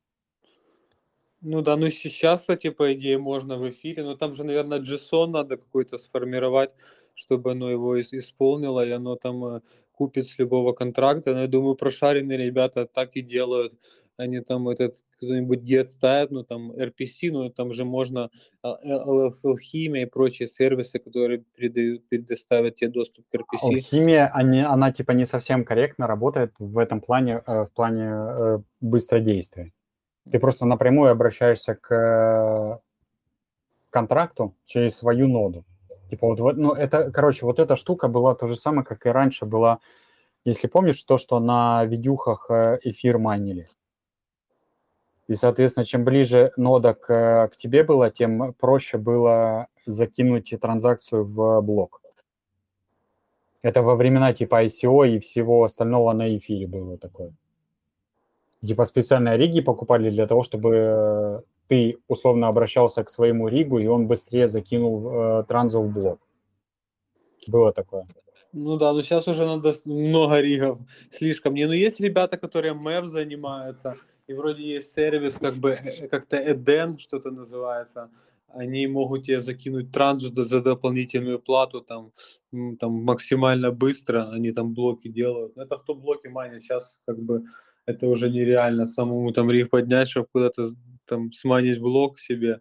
Ну да, ну сейчас, кстати, по идее, можно в эфире, но там же, наверное, джейсон надо какой-то сформировать, чтобы оно его ис- исполнило, и оно там э, купит с любого контракта. Но я думаю, прошаренные ребята так и делают. Они там этот кто-нибудь get ставят, ну там эр пи си, ну там же можно а, э, Alchemy и прочие сервисы, которые передают, предоставят тебе доступ к эр пи си. Алхимия, они, она типа не совсем корректно работает в этом плане, э, в плане э, быстродействия. Ты просто напрямую обращаешься к э, контракту через свою ноду. Типа вот, вот, ну это, короче, вот эта штука была то же самое, как и раньше была, если помнишь, то, что на видюхах э, эфир майнили. И, соответственно, чем ближе нода к, к тебе была, тем проще было закинуть транзакцию в блок. Это во времена типа ай си о и всего остального на эфире было такое. Типа специальные риги покупали для того, чтобы ты условно обращался к своему ригу, и он быстрее закинул э, транзу в блок. Было такое. Ну да, но сейчас уже надо с- много ригов, слишком. Не, ну есть ребята, которые мэв занимаются, и вроде есть сервис, как бы э, как-то Эден что-то называется. Они могут тебе закинуть транзу до- за дополнительную плату, там, м, там максимально быстро, они там блоки делают. Это кто блоки майнит, сейчас как бы это уже нереально самому там риг поднять, чтобы куда-то с- там сманить блок себе.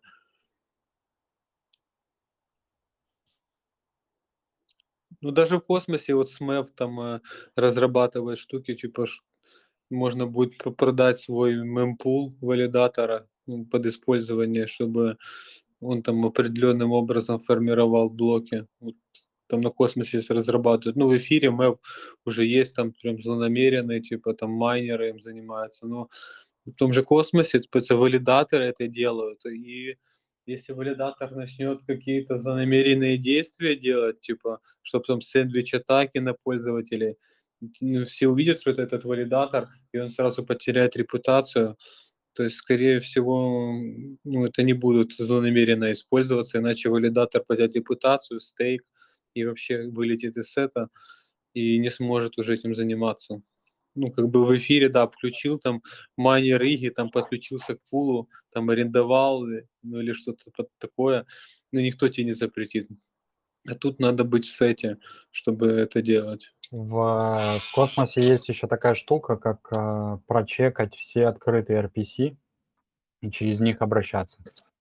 Ну даже в космосе вот смэв там э, разрабатывает штуки, типа ш- можно будет п- продать свой мемпул валидатора, ну, под использование, чтобы он там определенным образом формировал блоки. Вот там на космосе сейчас разрабатывают. Ну, в эфире мэп уже есть, там прям злонамеренные, типа там майнеры им занимаются. Но в том же космосе типа, это валидаторы это делают. И если валидатор начнет какие-то злонамеренные действия делать, типа, чтобы там сэндвич атаки на пользователей, ну, все увидят, что это этот валидатор, и он сразу потеряет репутацию. То есть, скорее всего, ну, это не будут злонамеренно использоваться, иначе валидатор потеряет репутацию, стейк и вообще вылетит из сета и не сможет уже этим заниматься. Ну, как бы в эфире, да, включил там майнер риги, там подключился к пулу, там арендовал, э, ну или что-то под такое, но никто тебе не запретит. А тут надо быть в сете, чтобы это делать. В, в космосе есть еще такая штука, как э, прочекать все открытые эр пи си и через них обращаться.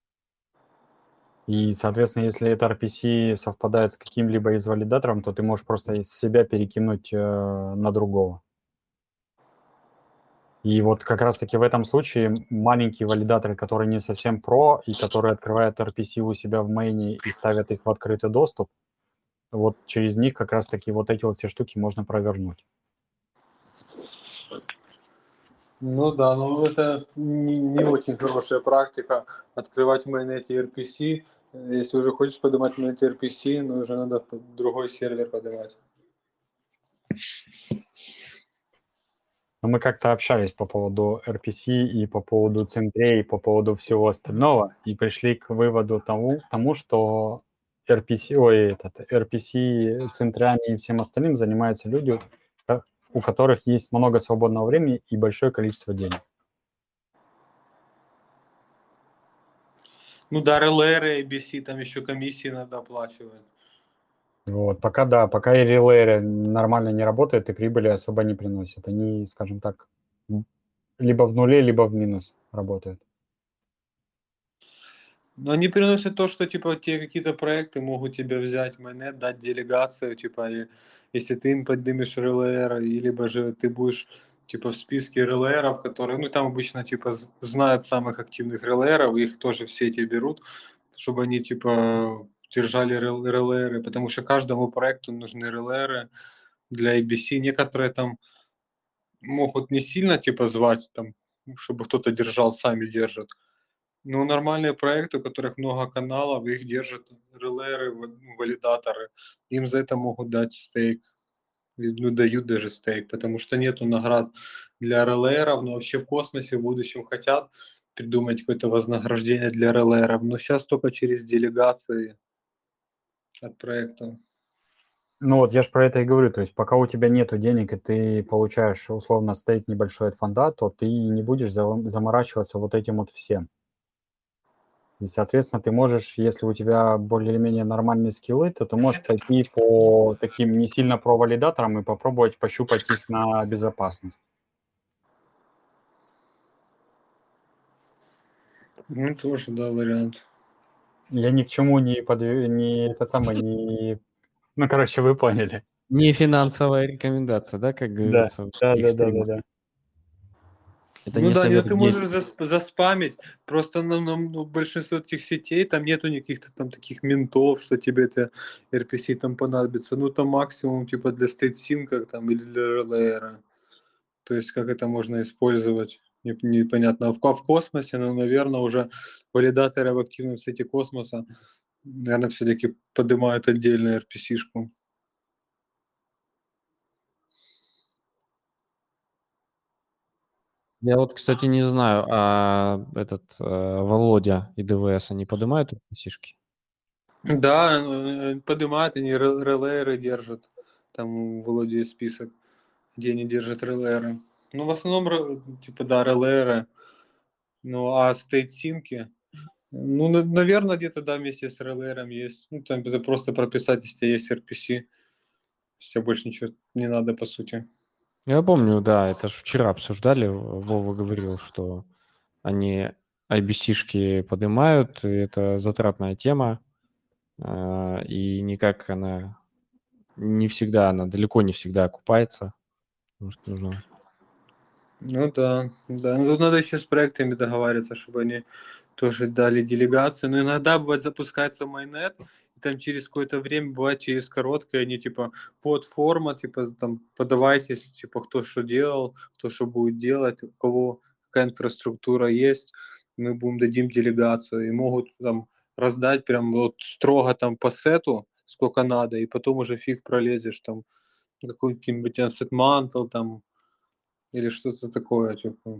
И, соответственно, если это эр пи си совпадает с каким-либо из валидатором, то ты можешь просто из себя перекинуть э, на другого. И вот как раз-таки в этом случае маленькие валидаторы, которые не совсем про и которые открывают эр пи си у себя в мейне и ставят их в открытый доступ, вот через них как раз-таки вот эти вот все штуки можно провернуть. Ну да, ну это не, не очень хорошая практика открывать в майонете эр пи си. Если уже хочешь поднимать в майонете эр пи си, ну уже надо в другой сервер поднимать. Но мы как-то общались по поводу эр пи си и по поводу центрей, и по поводу всего остального, и пришли к выводу тому, тому что эр пи си, ой, этот, эр пи си центрами и всем остальным занимаются люди, ка- у которых есть много свободного времени и большое количество денег. Ну да, эр эл эр и эй би си там еще комиссии надо оплачивать. Вот, пока да, пока и релейры нормально не работают и прибыли особо не приносят. Они, скажем так, м, либо в нуле, либо в минус работают. Но они приносят то, что типа те какие-то проекты могут тебе взять в майонет, дать делегацию, типа, и если ты им поднимешь эр эл эр, и либо же ты будешь типа в списке эр эл эр, которые, ну там обычно типа з- знают самых активных эр эл эр, их тоже все эти берут, чтобы они типа держали эр эл эр, потому что каждому проекту нужны эр эл эр для эй би си. Некоторые там могут не сильно типа звать, там, чтобы кто-то держал, сами держат. Ну, нормальные проекты, у которых много каналов, их держат эр эл эр, ну, валидаторы. Им за это могут дать стейк. И, ну, дают даже стейк, потому что нету наград для эр эл эр, но вообще в космосе в будущем хотят придумать какое-то вознаграждение для эр эл эр, но сейчас только через делегации от проекта. Ну вот я же про это и говорю, то есть пока у тебя нету денег, и ты получаешь условно стейк небольшой от фонда, то ты не будешь за- заморачиваться вот этим вот всем. И, соответственно, ты можешь, если у тебя более-менее нормальные скиллы, то ты можешь пойти по таким не сильно про валидаторам и попробовать пощупать их на безопасность. Ну, тоже, да, вариант. Я ни к чему не подве... не это самое, не... Ну, короче, вы поняли. Не финансовая рекомендация, да, как Да, говорится в да, таких да, да, да, стримах. да. Это Ну не да, не, совет ты к можешь действию. засп- заспамить, просто на, на- ну, большинство этих сетей там нету никаких-то там таких ментов, что тебе это эр пи си там понадобится. Ну там максимум типа для стейтсинка там или для эр эл эр. То есть как это можно использовать, не- непонятно. А в, ко- в космосе, ну, наверное, уже валидаторы в активном сети космоса, наверное, все-таки поднимают отдельно эр пи си-шку. Я вот, кстати, не знаю, а этот э, Володя и дэ вэ эс, они поднимают эр пи си-шки? Да, э, поднимают, они эр эл эр держат. Там в Володе есть список, где они держат эр эл эр. Ну, в основном, р- типа, да, эр эл эр. Ну, а стейт-синки, ну, наверное, где-то, да, вместе с эр эл эр есть. Ну, там это просто прописать, если есть эр пи си. Если тебе больше ничего не надо, по сути. Я помню, да, это же вчера обсуждали, В- Вова говорил, что они ай би си-шки поднимают, и это затратная тема, а, и никак она не всегда, она далеко не всегда окупается, потому что нужно... Ну да, да. Ну, тут надо еще с проектами договариваться, чтобы они тоже дали делегацию. Но иногда бывает запускается майонет, и там через какое-то время, бывает через короткое, они типа, вот форма, типа там подавайтесь, типа кто что делал, кто что будет делать, у кого какая инфраструктура есть, мы будем дадим делегацию. И могут там раздать прям вот строго там по сету, сколько надо, и потом уже фиг пролезешь там какой-нибудь asset mantle там или что-то такое, типа.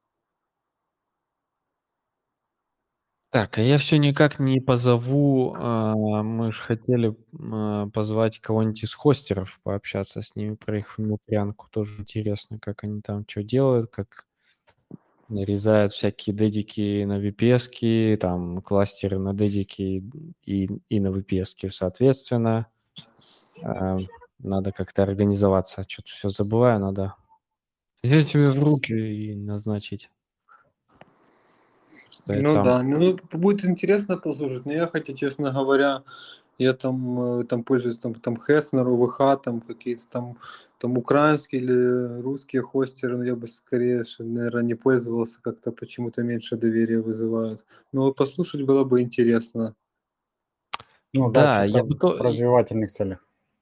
Так, а я все никак не позову, а, мы же хотели а, позвать кого-нибудь из хостеров, пообщаться с ними про их внутрянку. Тоже интересно, как они там что делают, как нарезают всякие дедики на ви пи эс-ки, там кластеры на дедики и, и на ви пи эс-ки соответственно. А, Надо как-то организоваться. Что-то все забываю, надо взять себя в руки и назначить. Что я Ну там... да, ну будет интересно послушать, но я хотя, честно говоря, Я там, э, там пользуюсь там, там Хеснер, ОВХ, там какие-то там, там украинские или русские хостеры, но я бы скорее, наверное, не пользовался, как-то почему-то меньше доверия вызывают. Но вот послушать было бы интересно. Ну да, Да, чисто я бы в то... развивательных целях.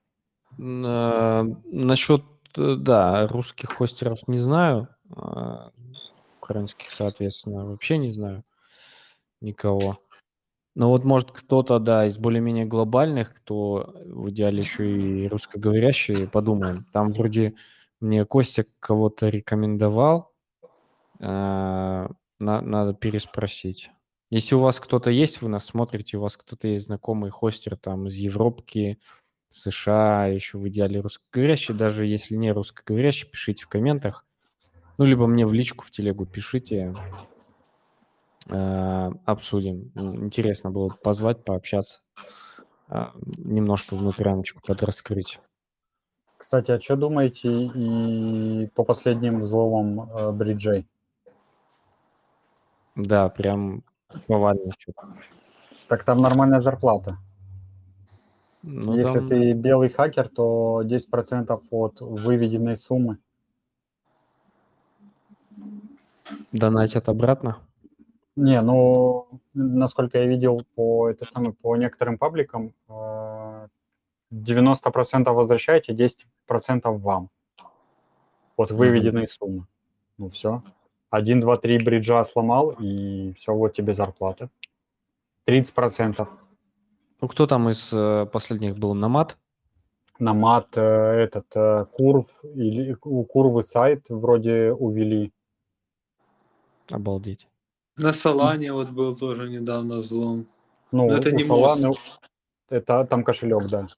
Насчет, да, русских хостеров не знаю, а, украинских, соответственно, вообще не знаю никого. Но вот, может, кто-то, да, из более-менее глобальных, кто в идеале еще и русскоговорящие, подумаем. Там вроде мне Костя кого-то рекомендовал, а, на- надо переспросить. Если у вас кто-то есть, вы нас смотрите, у вас кто-то есть знакомый хостер там из Европки, США, еще в идеале русскоговорящий, даже если не русскоговорящий, пишите в комментах. Ну, либо мне в личку, в телегу пишите, э, обсудим. М, Интересно было бы позвать, пообщаться, а, немножко внутряночку подраскрыть. Кстати, а что думаете и по последним взломам э, бриджей? Да, прям повально что-то. Так там нормальная зарплата. Ну, Если там ты белый хакер, то десять процентов от выведенной суммы. донатят обратно. Не, ну, насколько я видел по, этот самый, по некоторым пабликам, э, девяносто процентов возвращаете, десять процентов вам от Мгм. выведенной суммы. Ну все. Один, два, три бриджа сломал, и все, вот тебе зарплата. тридцать процентов. Ну, кто там из э, последних был? Намат? На мат э, этот э, Курв, или у Курвы сайт вроде увели. Обалдеть. На Солане вот был тоже недавно взлом. Ну, Но это у не мост. Solana это там кошелек, да.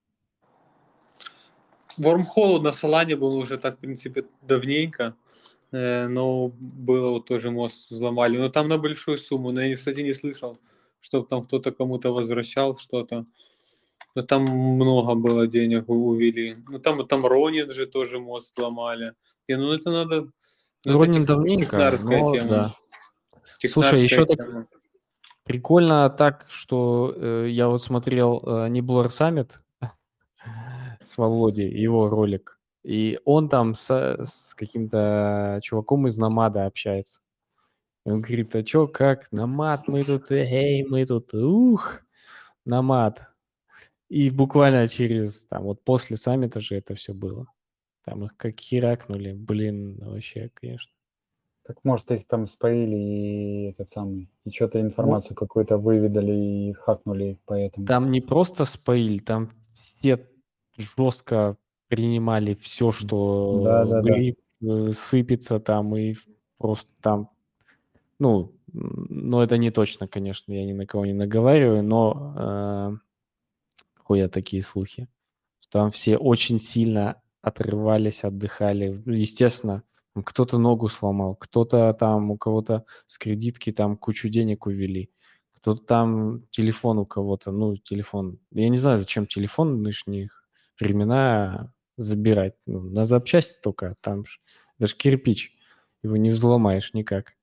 Вормхолл на Солане был уже так, в принципе, давненько. Э, но было вот тоже мост взломали. Но там на большую сумму. Но я, кстати, не слышал, чтобы там кто-то кому-то возвращал что-то. Но там много было денег у- увели. Ну там, там Ронин же тоже мост сломали. Не, ну это надо... Ну это Ронин тех- давненько, технарская но тема. да. Слушай, Технарская еще так тема. прикольно так, что э, я вот смотрел э, Nibbler Summit с Володей, его ролик, и он там с, с каким-то чуваком из Намада общается. Он говорит, а чё, как, Намад, мы тут, эй, мы тут, ух, Намад. И буквально через, там, вот после саммита же это все было. Там их как херакнули, блин, вообще, конечно. Так может их там споили и этот самый, и что-то Ну, информацию какую-то выведали и хакнули их поэтому. там не просто споили, там все жестко принимали все, что Да-да-да. грипп э, сыпется там, и просто там, ну, м, но это не точно, конечно, я ни на кого не наговариваю, но э, ходят такие слухи. Там все очень сильно отрывались, отдыхали. Естественно, там кто-то ногу сломал, кто-то там, у кого-то с кредитки там кучу денег увели, кто-то там телефон у кого-то, ну, телефон. Я не знаю, зачем телефон в нынешних времена забирать. Ну, на запчасти только, там ж, даже кирпич, его не взломаешь никак.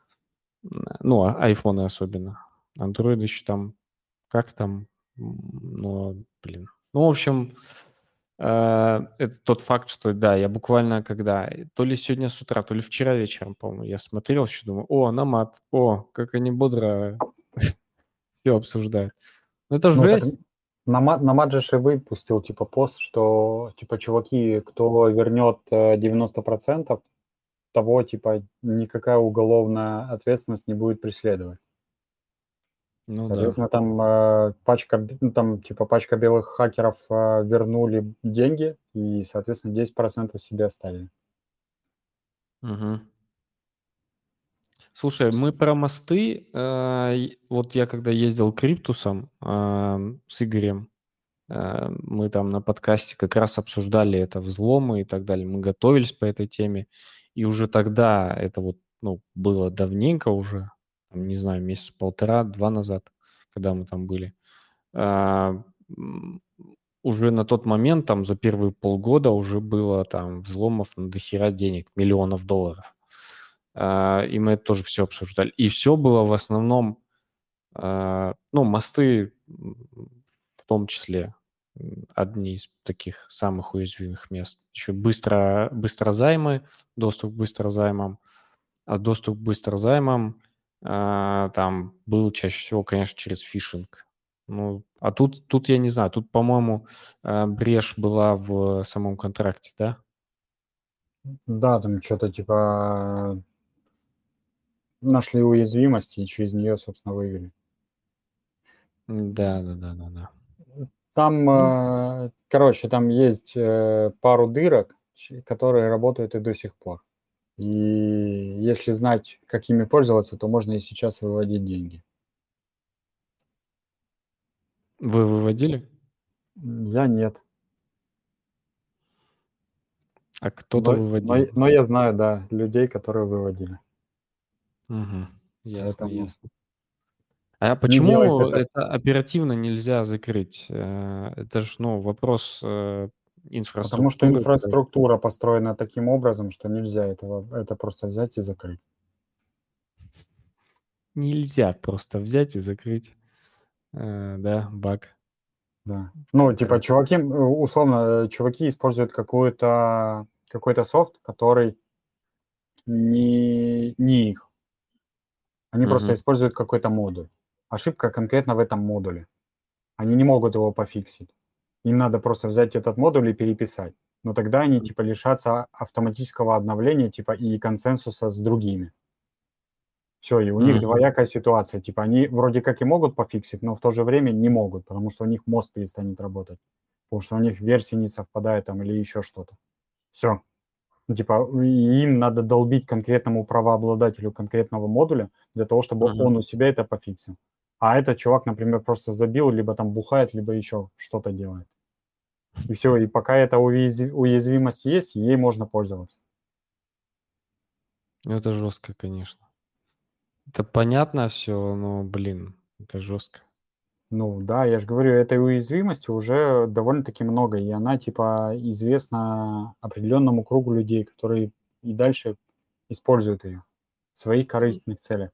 Ну, а айфоны особенно. Андроид еще там, как там, м, но, блин. Ну, в общем, э, это тот факт, что, да, я буквально когда, э, то ли сегодня с утра, то ли вчера вечером, по-моему, я смотрел еще, думаю, о, Намат, о, как они бодро все обсуждают. Ну, это Ну так жесть. Намад, Намад же и выпустил типа пост, что типа чуваки, кто вернет э, девяносто процентов, того типа никакая уголовная ответственность не будет преследовать. Ну, да. Соответственно, там э, пачка, б- ну, там типа пачка белых хакеров э, вернули деньги и, соответственно, десять процентов себе оставили. Мгм. Слушай, мы про мосты, э, и вот я когда ездил к Криптусам э, с Игорем, э, мы там на подкасте как раз обсуждали это, взломы и так далее. Мы готовились по этой теме, и уже тогда, это вот, ну, было давненько уже, там, не знаю, месяца полтора-два назад, когда мы там были. а, м, Уже на тот момент, там, за первые полгода уже было там взломов на дохера денег, миллионов долларов. А, И мы это тоже все обсуждали. И все было в основном, а, ну, мосты, м, в том числе м, одни из таких самых уязвимых мест. Еще быстро, быстрозаймы, доступ к быстрозаймам. А доступ к быстрозаймам а, там был чаще всего, конечно, через фишинг. Ну, а тут, тут я не знаю, тут, по-моему, а, брешь была в самом контракте, да? Да, там что-то типа нашли уязвимость и через нее, собственно, вывели. Да, да, да, да, да. Там, Ну, э, короче, там есть э, пару дырок, ч- которые работают и до сих пор. И если знать, как ими пользоваться, то можно и сейчас выводить деньги. вы выводили? М, Я нет. А кто-то Но, но, выводил. но я знаю, да, людей, которые выводили. Угу. Ясно, Поэтому ясно. А не делайте почему так. это оперативно нельзя закрыть? Э, Это же, ну, вопрос э, Потому что инфраструктуры. про- инфраструктура построена таким образом, что нельзя этого, это просто взять и закрыть. Нельзя просто взять и закрыть, э, да, баг. Да. Ну, типа, Э, чуваки, м, условно, э, чуваки используют какой-то какой-то софт, который не, не их. Они просто Мгм. используют какой-то модуль. Ошибка конкретно в этом модуле. Они не могут его пофиксить. Им надо просто взять этот модуль и переписать. Но тогда они типа лишатся автоматического обновления типа и консенсуса с другими. Все, и у них Мгм. двоякая ситуация. Типа они вроде как и могут пофиксить, но в то же время не могут, потому что у них мост перестанет работать. Потому что у них версии не совпадают там или еще что-то. Все. Типа и им надо долбить конкретному правообладателю конкретного модуля для того, чтобы Мгм. он у себя это пофиксил. А этот чувак, например, просто забил, либо там бухает, либо еще что-то делает. И все, и пока эта уязви- уязвимость есть, ей можно пользоваться. Ну, это жестко, конечно. Это понятно все, но, блин, это жестко. Ну да, я же говорю, этой уязвимости уже довольно-таки много, и она типа известна определенному кругу людей, которые и дальше используют ее в своих корыстных целях.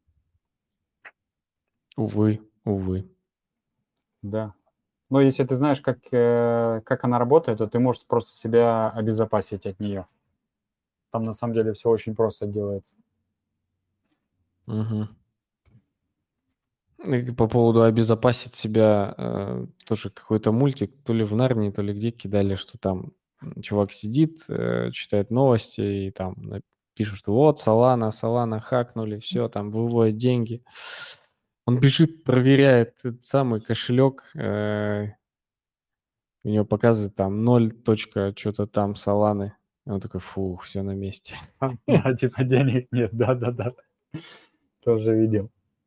Увы, увы. Да. Но если ты знаешь, как, э, как она работает, то ты можешь просто себя обезопасить от нее. Там на самом деле все очень просто делается. Мгм. И по поводу обезопасить себя, э, тоже какой-то мультик, то ли в Нарнии, то ли где кидали, что там м, чувак сидит, э, читает новости и там на- пишут, что вот, Солана, Солана хакнули, все, там выводят деньги. Он бежит, проверяет этот самый кошелек, э, у него показывает там ноль точка что-то там Соланы. И он такой, фух, все на месте. А типа денег нет, да-да-да, тоже видел.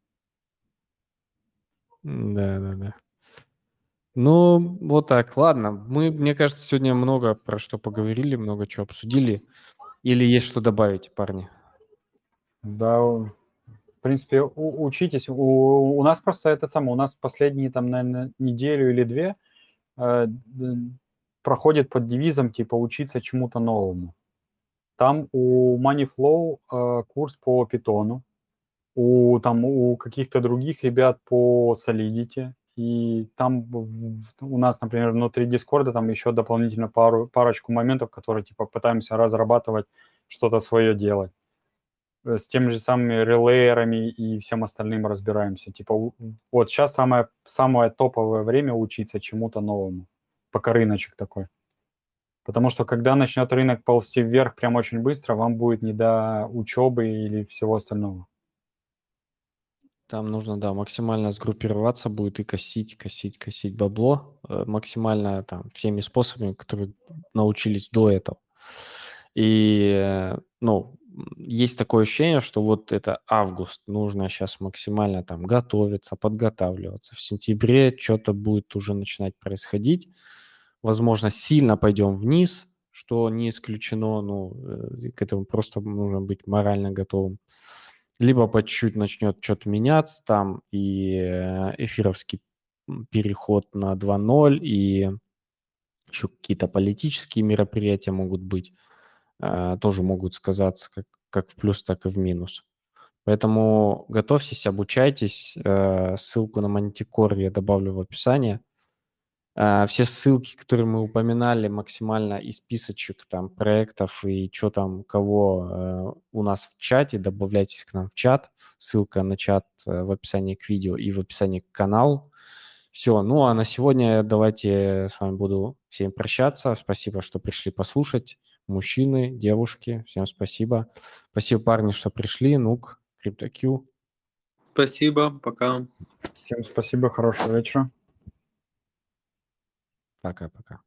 Да-да-да. Ну, вот так, ладно. Мы, мне кажется, сегодня много про что поговорили, много чего обсудили. Или есть что добавить, парни? Да, в принципе, у- учитесь. У, у нас просто это самое, у нас последние там, наверное, неделю или две э, д- проходит под девизом типа учиться чему-то новому. Там у Moneyflow э, курс по питону, у, там, у каких-то других ребят по Solidity. И там в- в- у нас, например, внутри Дискорда там еще дополнительно пару, парочку моментов, которые типа пытаемся разрабатывать, что-то свое делать. Э, С теми же самыми релейерами и всем остальным разбираемся. Типа у- вот сейчас самое, самое топовое время учиться чему-то новому. Пока рыночек такой. Потому что когда начнет рынок ползти вверх прям очень быстро, вам будет не до учебы или всего остального. Там нужно, да, максимально сгруппироваться будет и косить, косить, косить бабло. э, Максимально там всеми способами, которые научились до этого. И, э, ну, м, есть такое ощущение, что вот это август, нужно сейчас максимально там готовиться, подготавливаться. В сентябре что-то будет уже начинать происходить. Возможно, сильно пойдем вниз, что не исключено, ну, э, к этому просто нужно быть морально готовым. Либо по чуть-чуть начнет что-то меняться там, и э, эфировский м, переход на два ноль, и еще какие-то политические мероприятия могут быть, э, тоже могут сказаться как, как в плюс, так и в минус. Поэтому готовьтесь, обучайтесь. Э, Ссылку на Мантикор я добавлю в описание. А, Все ссылки, которые мы упоминали, максимально и списочек там проектов и что там, кого э, у нас в чате, добавляйтесь к нам в чат. Ссылка на чат э, в описании к видео и в описании к каналу. Все, ну а на сегодня давайте с вами буду всем прощаться. Спасибо, что пришли послушать. Мужчины, девушки, всем спасибо. Спасибо, парни, что пришли. Нук, CryptoQ. Спасибо, пока. Всем спасибо, хорошего вечера. Пока-пока.